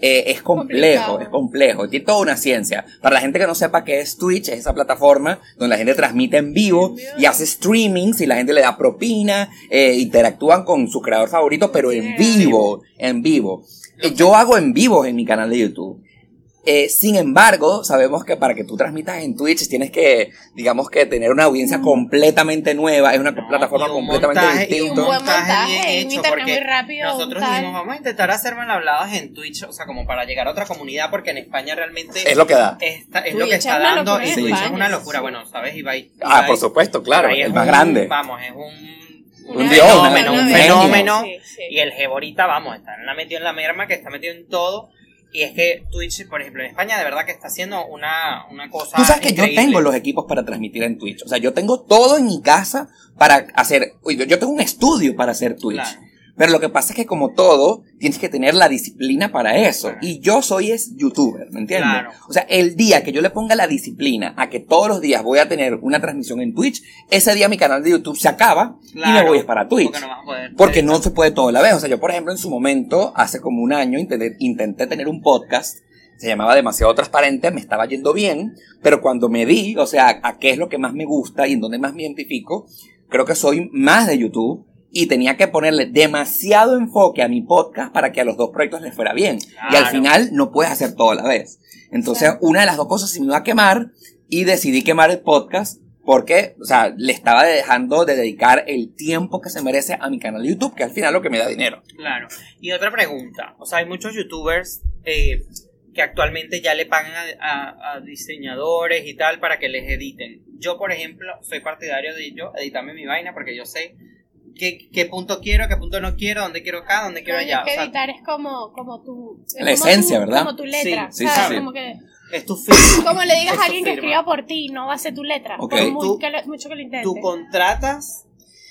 Eh, es complejo, complicado. es complejo, tiene toda una ciencia. Para la gente que no sepa qué es Twitch, es esa plataforma donde la gente transmite en vivo y hace streamings y la gente le da propina, eh, interactúan con su creador favorito, pero en vivo, en vivo. Eh, yo hago en vivo en mi canal de YouTube. Eh, sin embargo, sabemos que para que tú transmitas en Twitch tienes que, digamos que tener una audiencia mm. completamente nueva, es una no, plataforma completamente montaje, distinta. Y un buen montaje, bien hecho, porque muy rápido, nosotros dijimos, vamos a intentar hacer mal habladas en Twitch, o sea, como para llegar a otra comunidad, porque en España realmente es lo que da. Esta, es lo que está dando, y Twitch es una locura, bueno, ¿sabes? Ibai, Ibai, ah, por supuesto, claro, Ibai el es más un, grande. Vamos, es un... Un dios, fenómeno, un fenómeno, sí, sí. Y el Jevo ahorita, vamos, está metido en la merma, que está metido en todo. Y es que Twitch, por ejemplo, en España de verdad que está haciendo una, una cosa Tú sabes que increíble. Yo tengo los equipos para transmitir en Twitch. O sea, yo tengo todo en mi casa para hacer... Yo tengo un estudio para hacer Twitch. Claro. Pero lo que pasa es que como todo, tienes que tener la disciplina para eso. Claro. Y yo soy es youtuber, ¿me entiendes? Claro. O sea, el día que yo le ponga la disciplina a que todos los días voy a tener una transmisión en Twitch, ese día mi canal de YouTube se acaba claro. y me voy para Twitch. Porque no vas a poder porque no se puede todo a la vez. O sea, yo por ejemplo en su momento, hace como un año, intenté, intenté tener un podcast. Se llamaba Demasiado Transparente, me estaba yendo bien, pero cuando me di, o sea, a qué es lo que más me gusta y en dónde más me identifico, creo que soy más de YouTube y tenía que ponerle demasiado enfoque a mi podcast para que a los dos proyectos les fuera bien. Claro. Y al final no puedes hacer todo a la vez. Entonces, claro. una de las dos cosas se me iba a quemar y decidí quemar el podcast porque, o sea, le estaba dejando de dedicar el tiempo que se merece a mi canal de YouTube, que al final es lo que me da dinero. Claro. Y otra pregunta, o sea, hay muchos youtubers... Eh, que actualmente ya le pagan a, a, a diseñadores y tal para que les editen. Yo, por ejemplo, soy partidario de yo editarme mi vaina porque yo sé qué, qué punto quiero, qué punto no quiero, dónde quiero acá, dónde quiero allá. Es que o sea, editar es como, como tu... Es la como esencia, tu, ¿verdad? Como tu letra. Sí, sí, ¿sabes? sí, sí. Como que... Es tu firma. Como le digas es a alguien que firma. escriba por ti, no va a ser tu letra. Okay. Por muy Tú, que le, mucho que lo intentes. ¿Tú contratas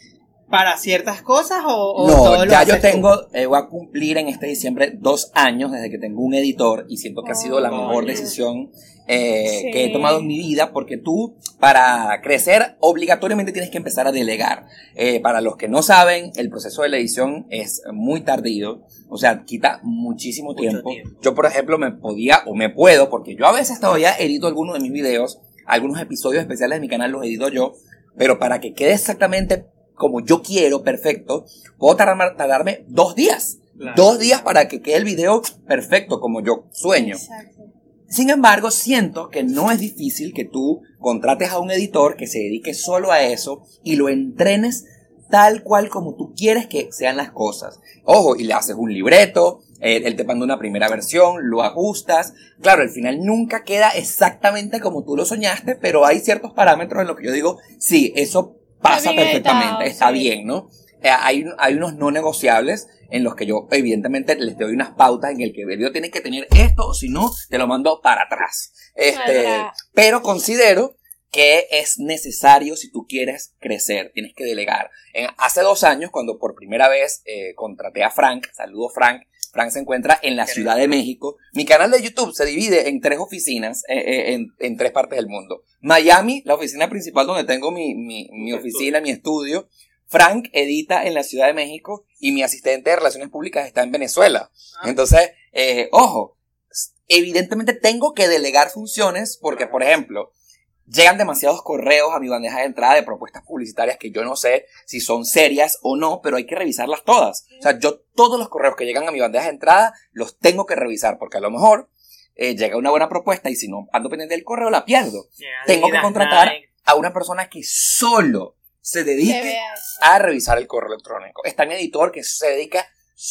para ciertas cosas o, o no, todo lo ya yo haces tengo, eh, voy a cumplir en este diciembre dos años desde que tengo un editor y siento que oh, ha sido la mejor Dios. decisión eh, sí. que he tomado en mi vida porque tú para crecer obligatoriamente tienes que empezar a delegar. Eh, para los que no saben, el proceso de la edición es muy tardío, o sea, quita muchísimo Mucho tiempo. tiempo. Yo, por ejemplo, me podía o me puedo, porque yo a veces todavía edito algunos de mis videos, algunos episodios especiales de mi canal los edito yo, pero para que quede exactamente como yo quiero, perfecto, puedo tardar, tardarme dos días. Claro. Dos días para que quede el video perfecto, como yo sueño. Exacto. Sin embargo, siento que no es difícil que tú contrates a un editor que se dedique solo a eso y lo entrenes tal cual como tú quieres que sean las cosas. Ojo, y le haces un libreto, eh, él te manda una primera versión, lo ajustas. Claro, al final nunca queda exactamente como tú lo soñaste, pero hay ciertos parámetros en los que yo digo, sí, eso pasa perfectamente, editado, está sí. bien, ¿no? Eh, hay, hay unos no negociables en los que yo evidentemente les doy unas pautas en el que el video tiene que tener esto o si no, te lo mando para atrás. Este, para. Pero considero que es necesario si tú quieres crecer, tienes que delegar. En, hace dos años, cuando por primera vez eh, contraté a Frank, saludo Frank, Frank se encuentra en la Ciudad de México. Mi canal de YouTube se divide en tres oficinas, eh, eh, en, en tres partes del mundo. Miami, la oficina principal donde tengo mi, mi, mi oficina, mi estudio. Frank edita en la Ciudad de México y mi asistente de Relaciones Públicas está en Venezuela. Entonces, eh, ojo, evidentemente tengo que delegar funciones porque, por ejemplo, llegan demasiados correos a mi bandeja de entrada de propuestas publicitarias que yo no sé si son serias o no, pero hay que revisarlas todas. O sea, yo todos los correos que llegan a mi bandeja de entrada los tengo que revisar porque a lo mejor eh, llega una buena propuesta y si no ando pendiente del correo la pierdo. Yeah, tengo que contratar nada. a una persona que solo se dedique a revisar el correo electrónico. Está mi editor que se dedica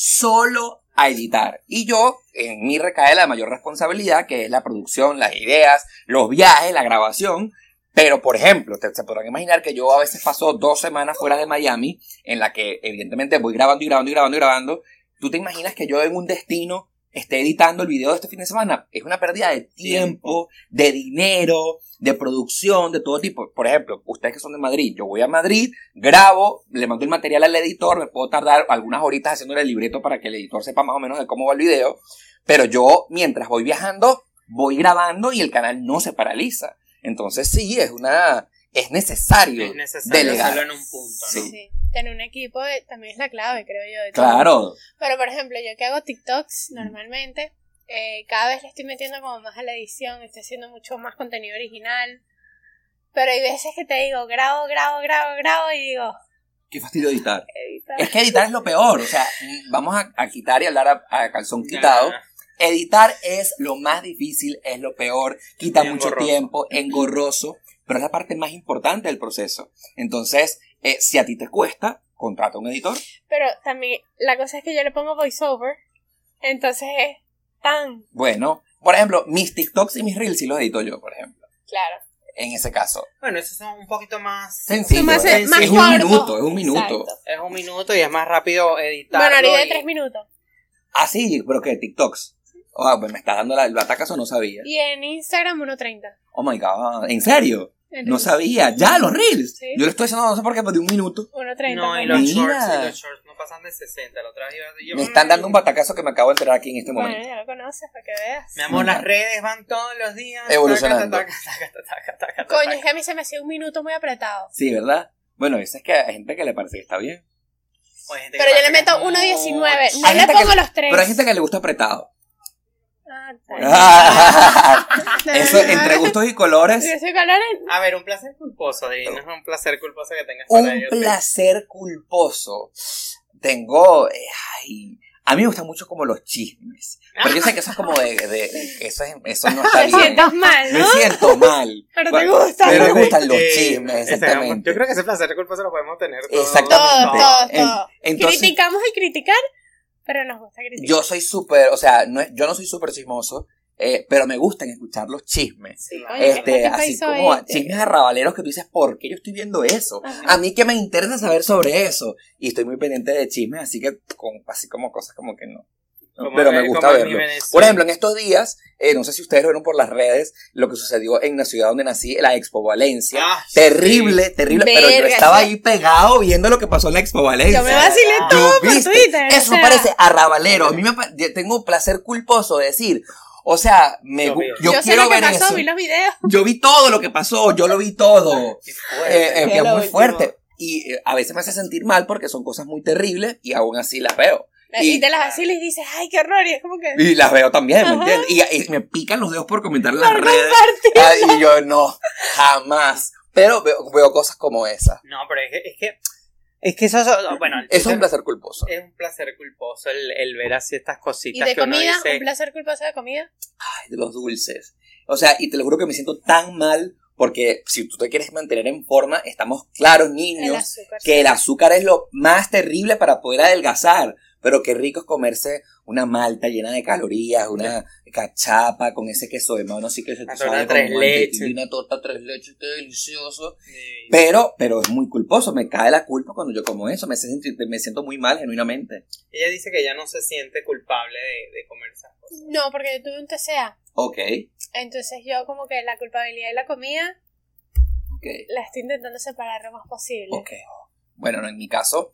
solo a editar. Y yo, en mí recae la mayor responsabilidad, que es la producción, las ideas, los viajes, la grabación. Pero, por ejemplo, te, se podrán imaginar que yo a veces paso dos semanas fuera de Miami, en la que evidentemente voy grabando y grabando y grabando y grabando. ¿Tú te imaginas que yo en un destino esté editando el video de este fin de semana? Es una pérdida de tiempo, de dinero, de producción, de todo tipo. Por ejemplo, ustedes que son de Madrid, yo voy a Madrid, grabo, le mando el material al editor, me puedo tardar algunas horitas haciéndole el libreto para que el editor sepa más o menos de cómo va el video, pero yo, mientras voy viajando, voy grabando y el canal no se paraliza. Entonces sí, es una, es necesario, es necesario delegar. hacerlo en un punto, ¿no? Sí. Sí. Tener un equipo de, también es la clave, creo yo. De claro. todo. Pero, por ejemplo, yo que hago TikToks normalmente, Eh, cada vez le estoy metiendo como más a la edición, estoy haciendo mucho más contenido original. Pero hay veces que te digo, grabo, grabo, grabo, grabo y digo... Qué fastidio editar. editar. Es que editar es lo peor. O sea, vamos a, a quitar y hablar a, a calzón Nah. quitado. Editar es lo más difícil, es lo peor. Quita Y mucho engorroso. tiempo, engorroso. Pero es la parte más importante del proceso. Entonces, eh, si a ti te cuesta, contrata un editor. Pero también la cosa es que yo le pongo voiceover. Entonces es tan... Bueno, por ejemplo, mis TikToks y mis Reels sí los edito yo, por ejemplo. Claro. En ese caso. Bueno, esos son un poquito más... Sencillo. Más- es, más es un corto. minuto, es un minuto. Exacto. Es un minuto y es más rápido editarlo. Bueno, ahorita de y- tres minutos. Ah, sí, pero ¿qué? TikToks. Ah, pues me está dando la, el batacazo, no sabía. Y en Instagram uno treinta. Oh my god, ¿en serio? En No Reels. sabía. Ya, los Reels. Sí. Yo lo estoy haciendo, no sé por qué, pero de un minuto. uno treinta. No, y bueno. los Mira. shorts, y los shorts no pasan de sesenta. La otra vez iba- yo- Me están dando un batacazo que me acabo de enterar aquí en este Bueno, momento. ya lo conoces para que veas. Mi amor, las redes van todos los días. Evolucionando. Taca, taca, taca, taca, taca, taca, Coño, taca. es que a mí se me hacía un minuto muy apretado. Sí, ¿verdad? Bueno, eso es que hay gente que le parece que está bien. O hay gente Pero que yo le parece que meto es uno diecinueve. mucho. No Hay le gente pongo que- los tres. Pero hay gente que le gusta apretado. Ah, está bien. Eso, entre gustos y colores, Yo soy colores. A ver, un placer culposo, dinos un placer culposo que tengas un para ellos. placer culposo. Tengo, eh, ay, a mí me gustan mucho como los chismes. Pero yo sé que eso es como de, de- de- eso, es, eso no está Te bien. sientas mal, Me ¿no? siento mal. Pero te Bueno, gusta. Pero me gustan los Eh, chismes, ese- exactamente. Yo creo que ese placer culposo lo podemos tener todos. Exactamente. Todo, todo, En- todo. entonces- Criticamos el criticar, pero nos gusta criticar. Yo soy súper, o sea, no es- yo no soy súper chismoso, eh, pero me gustan escuchar los chismes. Sí, coño, Este, ¿qué así hizo como este? chismes arrabaleros que tú dices, ¿por qué yo estoy viendo eso? Ajá. A mí que me interesa saber sobre eso. Y estoy muy pendiente de chismes, así que con, así como cosas como que no. Como Pero ve- me gusta como en mi verlo. Venezuela. Por ejemplo, en estos días, eh, no sé si ustedes vieron por las redes lo que sucedió en la ciudad donde nací, la Expo Valencia. Ah, Terrible, terrible, pero yo Verga, estaba eso- ahí pegado viendo lo que pasó en la Expo Valencia. Yo me vacilé Ah, todo por ¿Viste? Twitter. Eso o me sea, parece arrabalero. A mí me pa- yo tengo placer culposo de decir, o sea, me, Yo gu- vi. yo, Yo, sé quiero lo que ver pasó, eso. vi los videos. Yo vi todo lo que pasó, yo lo vi todo. Qué fuerte. Eh, eh, Qué que es lo muy último. fuerte. Y eh, a veces me hace sentir mal porque son cosas muy terribles y aún así las veo. Y, Y- te las vacilas y dices, ay, qué horror. Y es como que. Y las veo también, ¿me Ajá. entiendes? Y, y me pican los dedos por comentar en las Por redes. compartir. Ay, y yo no, jamás. Pero veo, veo cosas como esa. No, pero es que, es que, es que eso, eso- bueno, el Eso es Twitter un placer culposo. es un placer culposo el, el ver así estas Y cositas de que uno comida, dice. un placer culposo de comida. Ay, de los dulces. O sea, y te lo juro que me siento tan mal porque si tú te quieres mantener en forma, estamos claros, El niños, azúcar. que el azúcar es lo más terrible para poder adelgazar. Pero qué rico es comerse una malta llena de calorías, una cachapa con ese queso de mano, así que se te Una sabe torta como tres mantequilla, leches. una torta tres leches, qué delicioso. eh, Pero, pero es muy culposo, me cae la culpa cuando yo como eso, me siento, me siento muy mal genuinamente. ella dice que ella no se siente culpable de, de comer esas cosas. No, porque yo tuve un T C A. Ok, Entonces yo como que la culpabilidad y la comida ok, la estoy intentando separar lo más posible. ok. Bueno, no, en mi caso,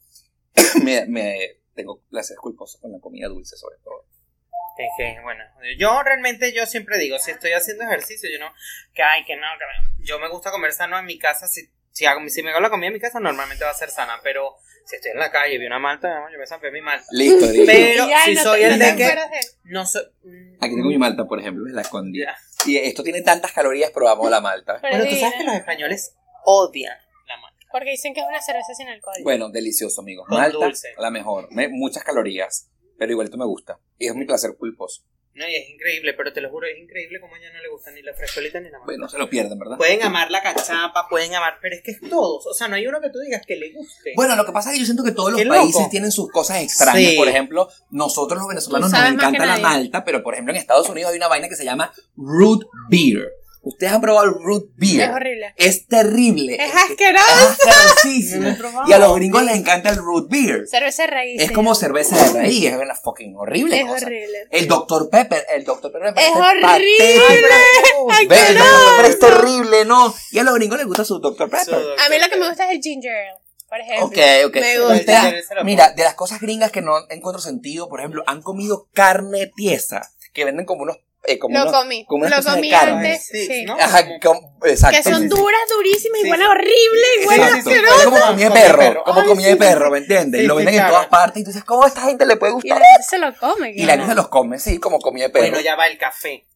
me, me tengo placer culposo con la comida dulce sobre todo. Es que, bueno, yo realmente yo siempre digo, si estoy haciendo ejercicio, yo no, que ay, que no, que no. Yo me gusta comer sano en mi casa, si, si, hago, si me hago la comida en mi casa normalmente va a ser sana, pero si estoy en la calle y vi una malta, vamos, yo me zampé mi malta. Listo, listo. Pero Y ya, si no soy te- el no de te que acuerdas de- no soy... mm, Aquí tengo mi malta, por ejemplo, es la escondida. ya. Y esto tiene tantas calorías, probamos la malta. Pero Bueno, tú sabes divina. que los españoles odian la malta. Porque dicen que es una cerveza sin alcohol. Bueno, delicioso, amigos. Con Malta, dulce. la mejor. Me- muchas calorías, pero igualito me gusta. Y es mi placer culposo. No, y es increíble, pero te lo juro, es increíble como a ella no le gusta ni la frescolita ni la malta. Bueno, se lo pierden, ¿verdad? Pueden amar la cachapa, pueden amar, pero es que es todos. O sea, no hay uno que tú digas que le guste. Bueno, lo que pasa es que yo siento que todos los Qué loco. países tienen sus cosas extrañas. Sí. Por ejemplo, nosotros los venezolanos Tú nos sabes más encanta que la nadie. malta, pero por ejemplo en Estados Unidos hay una vaina que se llama root beer. Ustedes han probado el root beer. Es horrible. Es terrible. Es Es asqueroso. asquerosísimo. No lo he probado. Y a los gringos les encanta el root beer. Cerveza de raíz. Es sí. como cerveza de raíz, es una fucking horrible Es cosa. horrible. El doctor Pepper, el doctor Pepper me Es parece horrible. patético. Ay, Ve, qué el doctor Pepper es terrible, ¿no? Y a los gringos les gusta su doctor Pepper. A mí lo que me gusta es el ginger ale, por ejemplo. Ok, ok. Me Ustedes, gusta. Ese lo mira, de las cosas gringas que no encuentro sentido, por ejemplo, han comido carne tiesa, que venden como unos eh, como Lo unos- comí, como una lo especie de comí carne. antes, Sí, sí. ¿no? Ajá, com- exacto. Que son sí, sí. duras, durísimas, Sí, y huelen sí. horrible, y huelen Exacto. asqueroso. Es como comida de Comida de perro, perro. como Ay, comida de sí, perro, sí. ¿me entiendes? Sí, Lo sí, venden en claro. todas partes y tú dices, ¿cómo a esta gente le puede Y gustar? la gente se lo come. Y la gente se los come, sí, como comida de perro. Bueno, ya va el café.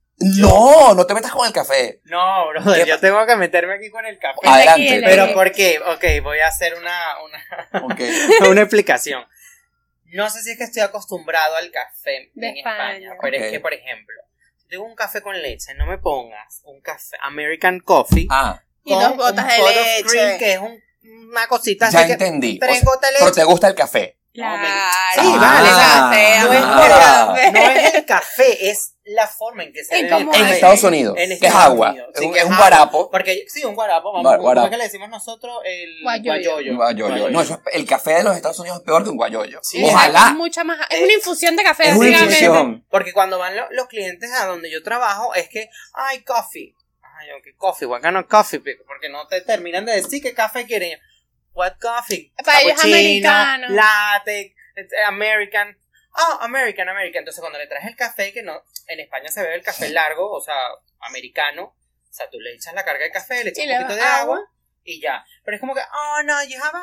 No, no te metas con el café. No, brother, ¿Qué yo tengo que meterme aquí con el café. El de aquí, Adelante. el de Pero aquí. ¿por qué? Ok, voy a hacer una, una, Ok. una explicación. No sé si es que estoy acostumbrado al café De en España. España, pero Ok. es que, por ejemplo, si tengo un café con leche, no me pongas un café American Coffee Ah, Y dos gotas un de pot of leche. cream, que es un- una cosita ya así que entendí. tres O sea, gotas de pero leche. te gusta el café. Claro. Sí, vale, Ah, café, No es, amo por- el café. no es el café, es la forma en que se En bebe el cómo En café. Ay, Estados Unidos, En que es Estados agua. Unidos. Es Sí, un, que es un agua. guarapo. Porque, sí, un guarapo, vamos, Gua- ¿cómo guarapo. es que le decimos nosotros? El Guayoyo. guayoyo. Un guayoyo. No, eso es- el café de los Estados Unidos es peor que un guayoyo. Sí. Ojalá. Es mucha más. Es una infusión de café, Es una básicamente. infusión. Porque cuando van lo- los clientes a donde yo trabajo, es que, ay, coffee. Ay, ok, coffee, what kind of coffee? Porque no te terminan de decir qué café quieren. What coffee? Para ellos Cappuccino, americano. latte, eh, American. Ah, American, American. Entonces cuando le traes el café, que no, en España se bebe el café largo, o sea, americano. O sea, tú le echas la carga de café, le echas Y un le poquito de das agua, agua. y ya. Pero es como que, oh, no, you have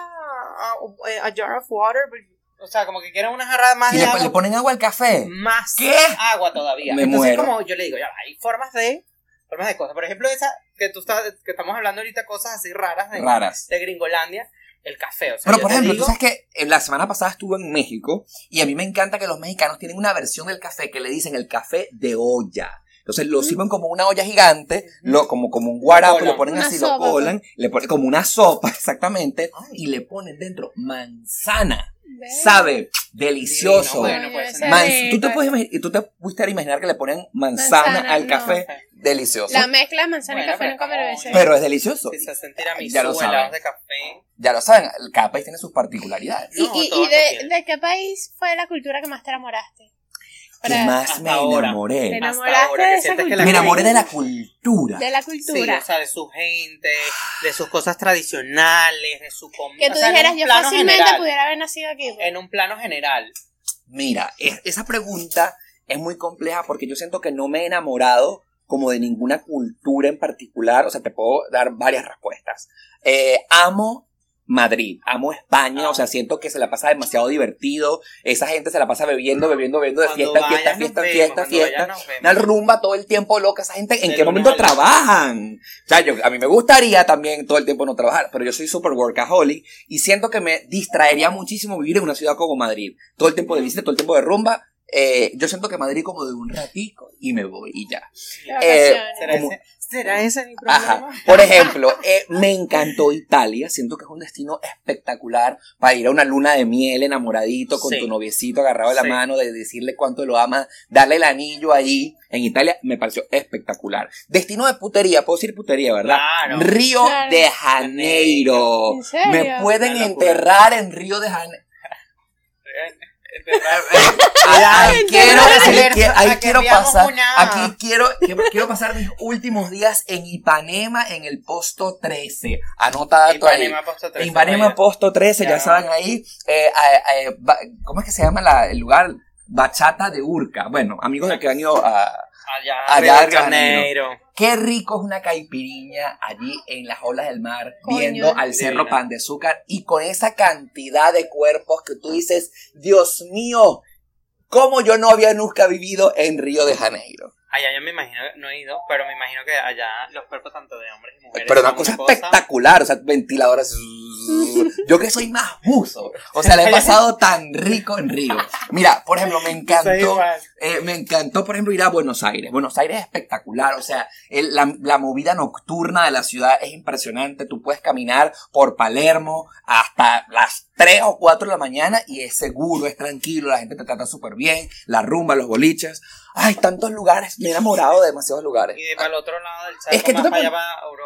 a, a, a jar of water. O sea, como que quieren una jarra más Y de le, agua. le ponen agua al café. Más ¿Qué? agua todavía. Me Entonces, muero. como yo le digo, ya, hay formas de formas de cosas. Por ejemplo, esa que tú estás, que estamos hablando ahorita, cosas así raras de, Raras. de Gringolandia, el café. O sea, Pero yo por te ejemplo, digo, tú sabes que eh, la semana pasada estuve en México y a mí me encanta que los mexicanos tienen una versión del café que le dicen el café de olla. Entonces lo sirven como una olla gigante, lo, como, como un guarapo, colan. lo ponen Una así, lo sopa, colan, le ponen como una sopa exactamente, y le ponen dentro manzana. Ve. Sabe, delicioso. Divino, bueno, pues, Ese Man- rico. ¿tú, te puedes, imagi- ¿Tú te pudiste imaginar que le ponen manzana, Manzana, al no. café? Delicioso. La mezcla de manzana y Bueno, café pero nunca me lo como- besé. Pero es delicioso. si se hacen tiramisú, Ya lo saben. helados de café. Ya lo saben, cada país tiene sus particularidades. ¿Y, No, y, todos y lo de, tienen. de qué país fue la cultura que más te enamoraste? ¿Qué Para- más hasta me ahora. enamoré? Te Hasta enamoraste ahora, de que esa sientes que cultura. la Me gente- enamoré de la cultura. De la Sí, cultura. o sea, de su gente, de sus cosas tradicionales, de su comida. que tú o sea, en dijeras, un yo plano fácilmente general, pudiera haber nacido aquí. pues. En un plano general. Mira, es- esa pregunta es muy compleja porque yo siento que no me he enamorado como de ninguna cultura en particular. O sea, te puedo dar varias respuestas. Eh, amo Madrid, amo España, Ah. o sea, siento que se la pasa demasiado divertido. Esa gente se la pasa bebiendo, bebiendo, bebiendo de Cuando fiesta en vayas, fiesta, nos fiesta, en vemos, fiesta, cuando fiesta. vayas, nos vemos. Una rumba todo el tiempo loca. Esa gente, ¿en De qué lunes momento a lunes. trabajan? O sea, yo, a mí me gustaría también todo el tiempo no trabajar, pero yo soy super workaholic y siento que me distraería muchísimo vivir en una ciudad como Madrid. Todo el tiempo de visita, todo el tiempo de rumba. Eh, yo siento que Madrid como de un ratico y me voy y ya. De eh, vacaciones. ¿Será, como- ese, ¿Será ese mi problema? Ajá. Por ejemplo, eh, me encantó Italia. Siento que es un destino espectacular para ir a una luna de miel enamoradito con Sí. tu noviecito agarrado de la Sí. mano, de decirle cuánto lo amas, darle el anillo ahí. En Italia me pareció espectacular. Destino de putería, puedo decir putería, ¿verdad? Claro. Río Claro. de Janeiro. ¿En serio? Me pueden Una locura. enterrar en Río de Janeiro. Cuidado, Ahí que quiero, no ahí brasileños, quiero, ahí a que quiero veamos pasar, una- aquí quiero, quiero, quiero pasar mis últimos días en Ipanema en el posto trece. Anota dato ahí. Ipanema Posto trece, Ipanema vaya. posto trece, ya Ya. saben ahí. Eh, eh, eh, ba- ¿Cómo es que se llama la- el lugar? Bachata de Urca. Bueno, amigos de que han ido a... Allá, Allá Río de de Janeiro. Janeiro. Qué rico es una caipiriña allí en las olas del mar, Coño. viendo al cerro Divina. Pan de Azúcar y con esa cantidad de cuerpos que tú dices, Dios mío, cómo yo no había nunca vivido en Río de Janeiro. Allá yo me imagino, no he ido, pero me imagino que allá los cuerpos tanto de hombres y mujeres Pero una son cosa espectacular, o sea, ventiladores. Yo que soy más buzo, o sea, la he pasado tan rico en Río. Mira, por ejemplo, me Soy encantó. igual. Eh, me encantó, por ejemplo, ir a Buenos Aires. Buenos Aires es espectacular, o sea, el- la, la movida nocturna de la ciudad es impresionante. Tú puedes caminar por Palermo hasta las tres o cuatro de la mañana y es seguro, es tranquilo, la gente te trata súper bien, la rumba, los boliches. Ay, tantos lugares, me he enamorado de demasiados lugares. Y de para el otro lado del charco, Es que tú más te para allá pon- va Europa.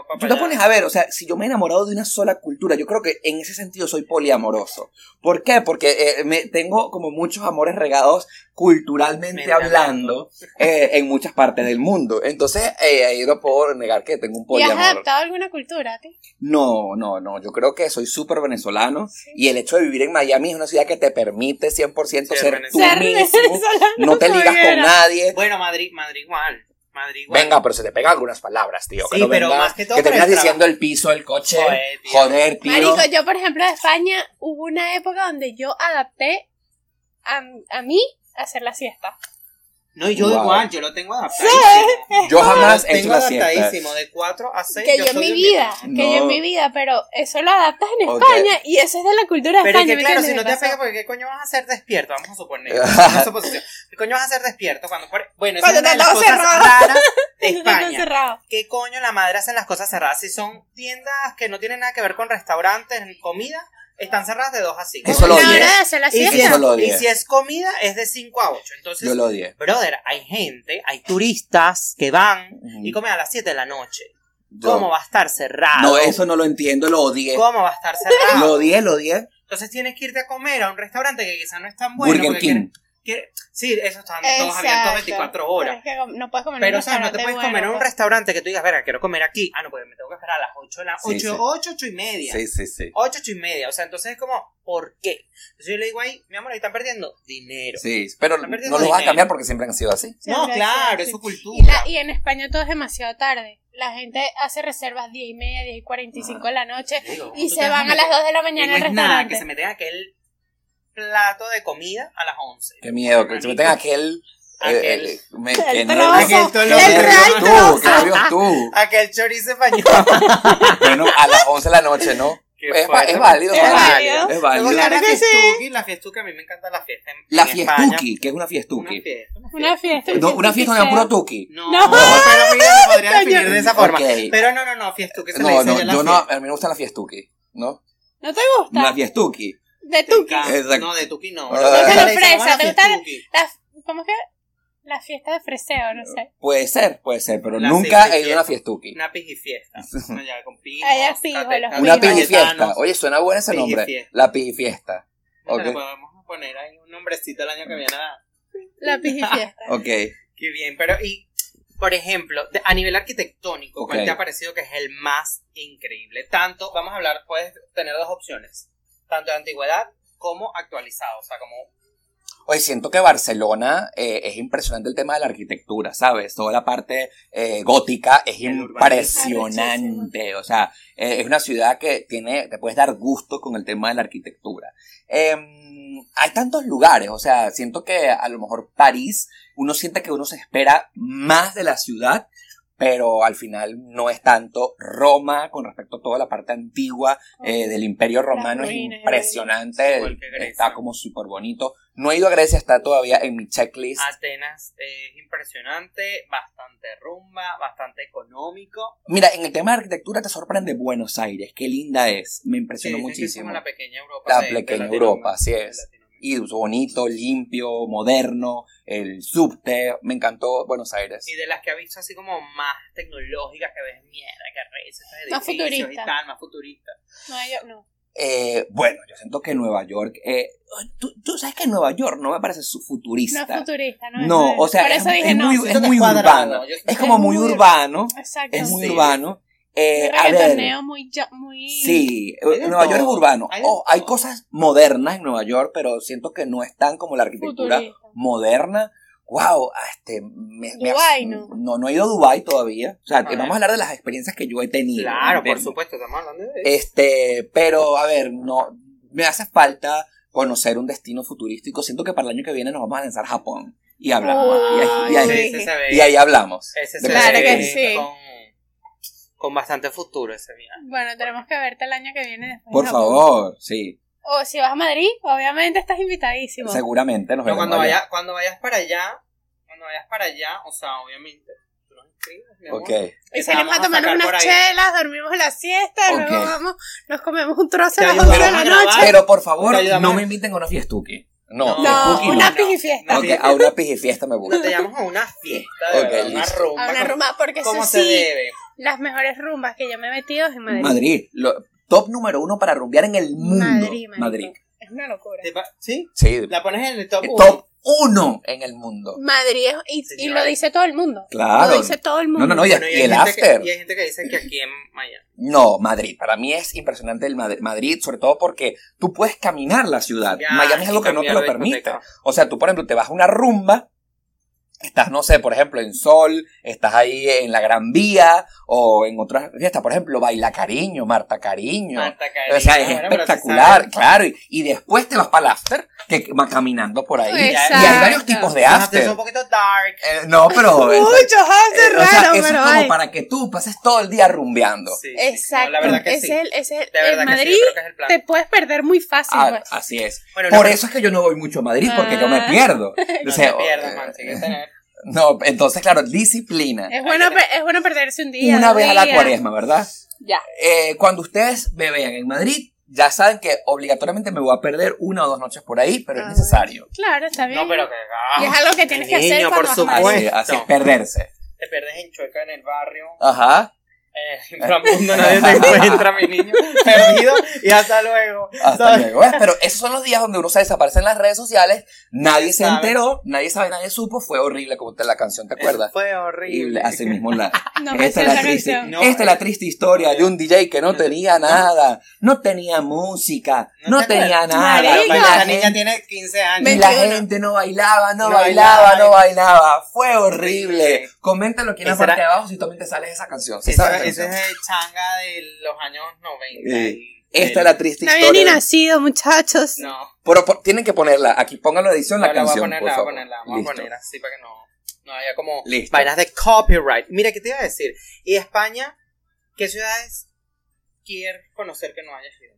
pa, tú te pones a ver, o sea, si yo me he enamorado de una sola cultura, yo creo que en ese sentido soy poliamoroso. ¿Por qué? Porque eh, me tengo como muchos amores regados culturalmente Mira, hablando eh, en muchas partes del mundo. Entonces, eh, ahí no puedo negar que tengo un ¿Y has poliamor. adaptado alguna cultura a ti? No, no, no, yo creo que soy súper venezolano y el hecho de vivir en Miami es una ciudad que te permite cien por ciento Ser ser tú Ser mismo, venezolano, no te ligas con hubiera. nadie. Bueno, Madrid, Madrid igual. Madrid igual. Venga, pero se te pegan algunas palabras, tío. Que Sí, no pero vengas- más que todo que te por el vengas diciendo trabajo. el piso, el coche. Joder, tío. Joder, tío. Marico, yo por ejemplo de España hubo una época donde yo adapté a, a mí a hacer la siesta. No, y yo Wow. igual, yo lo tengo adaptadísimo. Yo jamás Lo he hecho tengo la siesta. adaptadísimo, de cuatro a seis. Que yo yo en soy mi un vida, viejo. que yo en No. mi vida, pero eso lo adaptas en Ok. España y eso es de la cultura de Pero es España. que ¿me claro, si entiendes? no te Me pasó. apega, porque ¿qué coño vas a hacer despierto? Vamos a suponer. Una suposición. ¿Qué coño vas a hacer despierto cuando por- bueno, esa Cuando es una de está las todo cosas cerrado. raras de Eso está España. cerrado. ¿Qué coño la madre hace en las cosas cerradas? Si son tiendas que no tienen nada que ver con restaurantes, comida, están cerradas de dos a cinco. Eso lo La odié. hora de hacer la Y si, siesta. Eso es, lo odié. y si es comida, es de cinco a ocho. Entonces, Yo lo odié. brother, hay gente, hay turistas que van Ujú. y comen a las siete de la noche. Yo- ¿Cómo va a estar cerrado? No, eso no lo entiendo, lo odié. ¿Cómo va a estar cerrado? Lo odié, lo odié. Entonces tienes que irte a comer a un restaurante que quizás no es tan bueno. Burger porque King. quiere- quiere- sí, esos están todos Exacto. abiertos veinticuatro horas. Pero es que no puedes comer en Pero, un o sea, no te restaurante puedes bueno, comer en un pues. restaurante que tú digas, verga, quiero comer aquí. Ah, no, porque me tengo que esperar a las ocho de la Sí, ocho, sí. ocho, ocho y media. Sí, sí, sí. ocho, ocho y media. O sea, entonces es como, ¿por qué? Entonces yo le digo ahí, mi amor, ahí están perdiendo dinero. Sí, pero Están perdiendo no lo vas a dinero. cambiar porque siempre han sido así. No, Siempre claro, así, es sí. su cultura. Y, la- y en España todo es demasiado tarde. La gente hace reservas diez y media, diez y cuarenta y cinco de la noche Digo, y tú se te vas van a meter- las dos de la Y mañana no al es nada, restaurante. que se meten aquel plato de comida a las once. Qué miedo, que se meten aquel... Aquel- eh, eh, me- El que trozo, nervios- aquel qué trozo. nervios El real tú, trozo. qué nervios tú. Aquel chorizo español. Bueno, a las once de la noche, ¿no? Qué Es, va- fuerte. es válido, Es es válido. válido. Es Luego válido. está Claro la que sí. fiestuki, la fiestuki, a mí me encanta la fiesta en, La en España. fiestuki, ¿qué es una Una fiestuki? fiesta. Una fiesta. No, una fiesta donde van puro tuki. No, No. pero mira, se podría definir de esa forma. Ok. Pero no, no, no, fiestuki se le No, dice no, ya la yo no, fiesta. a mí me gusta la fiestuki, ¿no? ¿No te gusta? La fiestuki. De Te tuki. encanta. Exacto. No, de tuki no. Ah. Lo que ¿Te pasa gusta es la que se llama fresa? ¿Te gusta la- fiestuki. La, ¿Cómo es que? La fiesta de freseo, no sé. Puede ser, puede ser, pero La nunca fiesta y he ido a una fiesta. fiestuki. Una pijifiesta. No, ya, con pijos, Ah, ya fijo, cate- los cate- Una pijos. pijifiesta. cayetanos. Oye, suena bueno ese nombre. Pijifiesta. La pijifiesta. Bueno, Ok. podemos poner ahí un nombrecito el año que viene. a- La pijifiesta. Ok. Qué bien, pero y, por ejemplo, de- a nivel arquitectónico, ¿cuál Ok. te ha parecido que es el más increíble? Tanto, vamos a hablar, puedes tener dos opciones, tanto de antigüedad como actualizado, o sea, como... Oye, siento que Barcelona eh, es impresionante el tema de la arquitectura, ¿sabes? Toda la parte eh, gótica es El impresionante. O sea, eh, es una ciudad que tiene, te puedes dar gusto con el tema de la arquitectura. Eh, hay tantos lugares, o sea, siento que a lo mejor París, uno siente que uno se espera más de la ciudad, pero al final no es tanto. Roma, con respecto a toda la parte antigua eh, del Imperio Romano, es ruinas, impresionante, igual que Grecia. está como súper bonito. No he ido a Grecia, está todavía en mi checklist. Atenas es impresionante, bastante rumba, bastante económico. Mira, en el tema de arquitectura te sorprende Buenos Aires, qué linda es, me Sí, impresionó dicen que es muchísimo. como la pequeña Europa. La de- de pequeña Latinoamérica, Europa, así de es. Latinoamérica. Y bonito, limpio, moderno, el subte, me encantó Buenos Aires. Y de las que ha visto así como más tecnológicas que ves, mierda, que reíces, estos Más edificios y futurista. tal, más futurista. No, yo no. Eh, bueno, yo siento que Nueva York, eh, tú, tú sabes que Nueva York no me parece su futurista. No es futurista, ¿no? No, Es- o sea, por es, eso dije es no. muy, Siento es que muy es cuadrado, urbano. yo siento Es que como es muy muy- urbano, Exacto. es muy Sí. urbano. Eh, Un a ver, reggaetoneo muy, ya- muy... sí, Hay de Nueva York es todo, urbano. hay de Oh, hay todo. cosas modernas en Nueva York, pero siento que no están como la arquitectura Futurista. moderna. Wow, este, me, me Dubái, as- ¿no? no, no he ido a Dubái todavía. O sea, ver. vamos a hablar de las experiencias que yo he tenido. Claro, por ¿entiendes? supuesto, estamos hablando de eso. Este, pero a ver, no, me hace falta conocer un destino futurístico. Siento que para el año que viene nos vamos a lanzar a Japón y hablamos. y, ahí, y ahí- Uy. ese se ve, y ahí hablamos. ese de se Claro ve que sí. con, con bastante futuro ese viaje. Bueno, tenemos que verte el año que viene después. Por de Japón. favor, sí. O si vas a Madrid, obviamente estás invitadísimo. Seguramente nos No, veremos cuando, allá. vaya, cuando vayas para allá, cuando vayas para allá, o sea, obviamente, tú nos escribes, mi amor. Ok. Y Que salimos te a vamos tomarnos sacar por unas ahí. chelas, dormimos la siesta, Ok. luego vamos, nos comemos un trozo Te a las ayudamos once de a la grabar. noche. Pero por favor, Te ayudamos no a- me inviten a una fiestuki. No, No, No, fiestuki una no. pijifiesta. Ok, a una pijifiesta me No, gusta. te llamamos a una fiesta, de Ok, verdad, una listo. rumba. A una como- rumba, porque como eso se sí, debe. Las mejores rumbas que yo me he metido es en Madrid. Madrid, lo- top número uno para rumbear en el mundo. Madrid, marico. Madrid. Es una locura. ¿Te pa- ¿Sí? Sí, La pones en el top el uno. top uno en el mundo. Madrid es, y, Sí, y vale. lo dice todo el mundo. Claro. Lo dice todo el mundo. No, no, no, y, Bueno, y hay el gente after. Que, y hay gente que dice que aquí en Miami. No, Madrid. Para mí es impresionante el Mad- Madrid, sobre todo porque tú puedes caminar la ciudad. Ya, Miami es algo y que no te cambiar lo de permite. discoteca. O sea, tú, por ejemplo, te vas a una rumba, estás, no sé, por ejemplo, en Sol, estás ahí en la Gran Vía, o en otras fiestas, por ejemplo, Baila Cariño, Marta Cariño. Marta Cariño, O sea, es bueno, pero se espectacular, sabe. claro. Y, y después te vas para el after, que va caminando por ahí. Exacto. Y hay varios tipos de Los afters after. son un poquito dark. Eh, no, pero... Muchos after Eh, o sea, raros, eso pero es como hay. para que tú pases todo el día rumbeando. Sí, sí, Exacto. no, la verdad que ese sí. es el, ese es De el- verdad en que sí, Madrid yo creo que es el plan. te puedes perder muy fácil. Ah, pues. así es. Bueno, Por no, eso es que yo no voy mucho a Madrid, porque yo me Ah. pierdo. No O sea, te pierdas, eh, man. Sigue tener. No, entonces, claro, disciplina. Es bueno, pe- es bueno perderse un día. Una dos vez a la días. cuaresma, ¿verdad? Ya. Eh, cuando ustedes bebean en Madrid, ya saben que obligatoriamente me voy a perder una o dos noches por ahí, pero Ah, es necesario. Claro, está bien. No, pero que. Y es algo que tienes que hacer Niño, cuando por vas a Madrid. supuesto. Así, así es, perderse. Te pierdes en Chueca en el barrio. Ajá. Eh, inframundo, nadie te encuentra, mi niño. Perdido y hasta luego. Hasta ¿sabes? luego. ¿Ves? Pero esos son los días donde uno se desaparece en las redes sociales, nadie se Sabe. enteró, nadie sabe, nadie supo, fue horrible como te la canción, ¿te acuerdas? Fue Y horrible. así mismo la... No me esta, sé es la esa triste, canción. No, esta es la eh. triste historia de un D J que no tenía nada, no tenía música, ¿No no te tenía acuerdas? nada. Marica. Y la Esa gente- niña tiene quince años. Y la veintiuno. gente no bailaba, no, No bailaba, bailaba. no bailaba. Fue horrible. Horrible. Coméntalo aquí en la Esa era- parte de abajo si también te sale esa canción. ¿Sí Esa- sabes esa Ese es canción? el changa de los años noventa. Eh, y- Esta es del- la triste No había ni historia. nacido, muchachos. No. Pero por- tienen que ponerla. Aquí pónganlo en edición la No, la voy a canción, poner, por la voy a favor. poner, la vamos a Listo. poner así para que no, no haya como Listo. vainas de copyright. Mira, ¿qué te iba a decir? ¿Y España? ¿Qué ciudades quieres conocer que no hayas ido?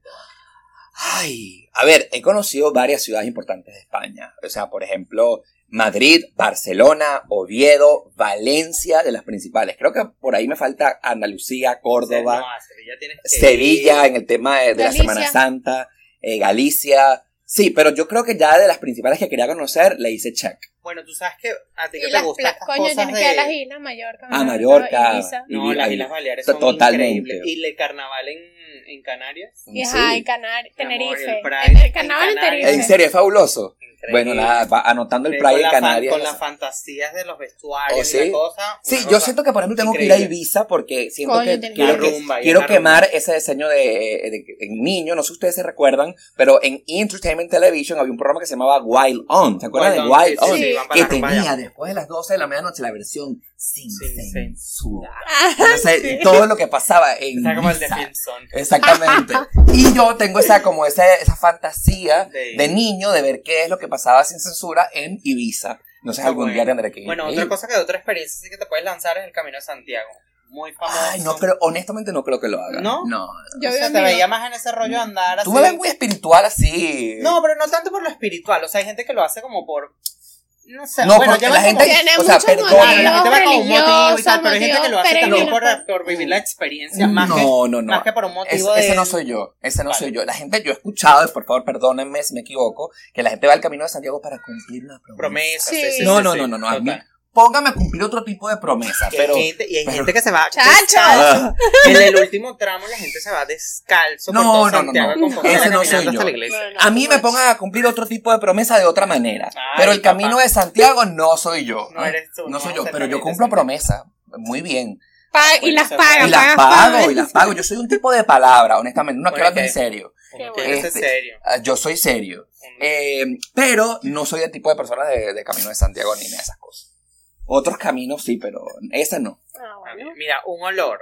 Ay, a ver, he conocido varias ciudades importantes de España. O sea, por ejemplo, Madrid, Barcelona, Oviedo, Valencia, de las principales. Creo que por ahí me falta Andalucía, Córdoba, No, a Sevilla tienes que Sevilla ir. en el tema de, de la Galicia. Semana Santa, eh, Galicia. Sí, pero yo creo que ya de las principales que quería conocer le hice check. Bueno, tú sabes que a ti Y que te las gustan pla- estas coño, cosas tienes de... que ir a las islas, Mallorca. Ah, Menorca, Mallorca. Ibiza. No, Y- las ahí- Islas Baleares to- son totalmente. increíbles. Y el carnaval en, en Canarias. Y Sí. ajá, en Canar- Mi amor, Tenerife. el Pride El, el en carnaval en Canarias. Tenerife. ¿En serio? ¿Es fabuloso? Increíble. Bueno, nada, va anotando el Eh, Pride con en la fan- Canarias. Con las fantasías de los vestuarios ¿Oh, y sí? la cosa. Sí, una yo cosa siento que por ejemplo tengo que ir a increíble. Ibiza porque siento Coño, que tenés quiero, la que- rumba, y quiero la quemar rumba. ese diseño de, de- en niño, no sé si ustedes se recuerdan, pero en Entertainment Television había un programa que se llamaba Wild On, ¿se acuerdan de Wild On, Wild sí, On? sí, sí, van para Que la rumba tenía allá. después de las doce de la medianoche la versión sin, Sin censura. Ah, Entonces, sí. todo lo que pasaba en Está como el de Ibiza. Filmson. Exactamente. Y yo tengo esa como esa, esa fantasía De- de niño de ver qué es lo que pasaba sin censura en Ibiza. No sé, Está algún bueno. día tendré que ir. Bueno, otra cosa que de otra experiencia sí que te puedes lanzar es el Camino de Santiago. Muy famoso. Ay, no creo, honestamente no creo que lo haga. ¿No? No. Yo O vi sea, un te video. veía más en ese rollo de andar así. Tú me ves muy espiritual así. No, pero no tanto por lo espiritual. O sea, hay gente que lo hace como por... No sé. No, bueno, porque llama la como- gente, Tiene o sea, muchos perdón. Claro, la motivos gente va con un motivo y tal, religiosos, pero hay gente que lo hace motivos también por, peregrinos. por vivir la experiencia, más, que, No, no, no. más que por un Es- motivo de... ese no soy yo, ese no Vale. soy yo. La gente, yo he escuchado, y por favor perdónenme si me equivoco, que la gente va al Camino de Santiago para cumplir una promesa. Promesas. Sí. Sí, sí, No, sí, no, sí, no, no, no, a mí, total. póngame a cumplir otro tipo de promesa, Y pero... hay gente, y hay pero- gente que se va ¡Chacho! descalzo. En el último tramo la gente se va descalzo No, por todo no, no, Santiago no. con Coca-Cola Ese no soy caminando yo. hasta la iglesia. No, no. A mí me pongan a cumplir otro tipo de promesa de otra manera. Ay, pero el papá. Camino de Santiago no soy yo. No eres tú, No no soy vas yo, a ser pero yo también cumplo ese. promesas. Muy bien. Pa- y Bueno, las se paga, puede. Y las pagas pago, pagas. y las pago. Yo soy un tipo de palabra, honestamente. No Bueno, quiero hablar ¿qué? en serio. Uno Qué tiene que ser Este, serio. Ah, Yo soy serio. Uno- Eh, pero no soy el tipo de persona de, de Camino de Santiago ni de esas cosas. Otros caminos sí, pero esa no. Ah, bueno. Mira, un olor,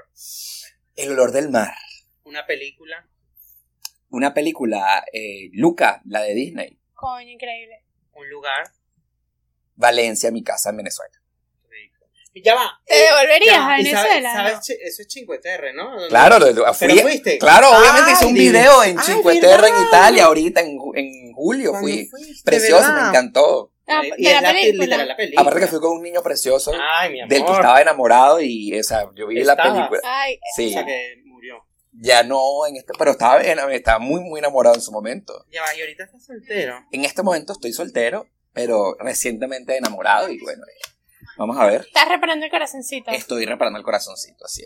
El olor del mar. una película. Una película, eh, Luca, la de Disney. Coño, increíble. Un lugar Valencia, mi casa en Venezuela. rico. Y ya va. ¿Te eh, devolverías ya va, a y sabes- Venezuela? ¿Sabes? No. chi- Eso es Cinque Terre, ¿no? Donde- Claro, lo- lo- ¿Pero fui- fuiste? Claro, obviamente hice un Ay, video en ay, Cinque ¿verdad? Terre en Italia ahorita en, ju- en julio. ¿Cuándo Fui fuiste, precioso, verdad? me encantó. Ah, Y de es la la, película. literal, la película. Aparte que fui con un niño precioso Ay, mi amor. del que estaba enamorado y, o sea, yo vi la ¿Estabas? película. Ay, O Sí, sea que murió. ya no en este, pero estaba, en- estaba muy, muy enamorado en su momento. Ya va, y ahorita estás soltero. En este momento estoy soltero, pero recientemente enamorado y bueno, eh, vamos a ver. estás reparando el corazoncito. Estoy reparando el corazoncito, así es.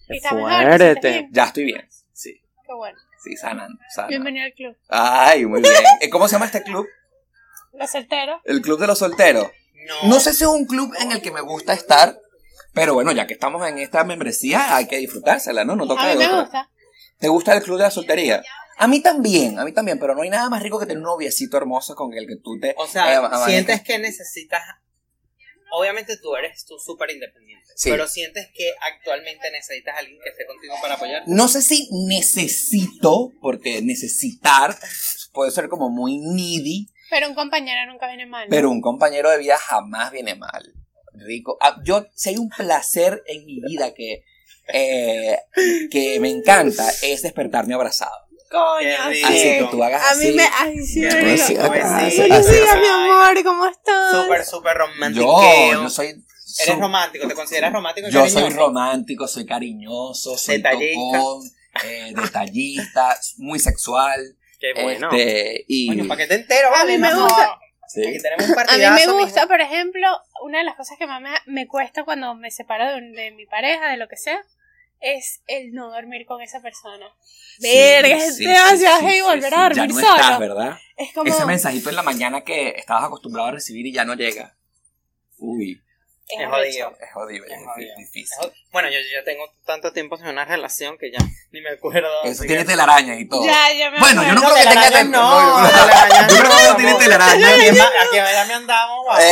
¿Y estás mejor? ¿Te sientes bien? Ya estoy bien, sí. Qué bueno. Sí, sanando, sanando. Bienvenido al club. Ay, muy bien. Eh, ¿Cómo se llama este club? Los solteros. El Club de los Solteros. No. No sé si es un club en el que me gusta estar, pero bueno, ya que estamos en esta membresía, hay que disfrutársela, ¿no? No toca A mí de me otra. gusta. ¿Te gusta el Club de la Soltería? A mí también, a mí también, pero no hay nada más rico que tener un noviecito hermoso con el que tú te... O sea, eh, amanezcas. sientes que necesitas... Obviamente tú eres tú súper independiente, Sí. pero sientes que actualmente necesitas a alguien que esté contigo para apoyarte. No sé si necesito, porque necesitar puede ser como muy needy, Pero un compañero nunca viene mal, ¿no? pero un compañero de vida jamás viene mal. Rico. Ah, yo, si hay un placer en mi vida que, eh, que me encanta, es despertarme abrazado. Coño, Qué sí. rico. Así que tú hagas A así. mí me... Ay, sí, Qué me rico, rico. pues sí. Buenos así, días, así. mi amor, ¿cómo estás? Súper, súper romántico. Yo, yo soy... Eres su- romántico, ¿te consideras romántico y Yo soy cariñoso? romántico, soy cariñoso, soy Detallista. tocón, eh, detallista, muy sexual. Qué bueno. Este, y... Coño, ¿para qué te entero? A mí me vale? gusta. Sí. Aquí tenemos un A mí partidazo. me mijo. gusta, por ejemplo, una de las cosas que más me, me cuesta cuando me separo de, un- de mi pareja, de lo que sea, es el no dormir con esa persona. Verga, es Sí, demasiado sí, heavy sí, volver sí. a dormir Ya no solo. estás, ¿verdad? Es como... Ese mensajito en la mañana que estabas acostumbrado a recibir y ya no llega. Uy, es Es arrecho. jodido. es jodido, es Es jodido. difícil. Bueno, yo ya tengo tanto tiempo sin una relación que ya ni me acuerdo. Eso así tiene que- telaraña y todo. Ya, ya me Bueno, yo no acuerdo. creo que tenga telarañas tem- no, no, telarañas yo creo que no no, tiene no. telaraña. Aquí en Ma- aquí en Miami andamos, va.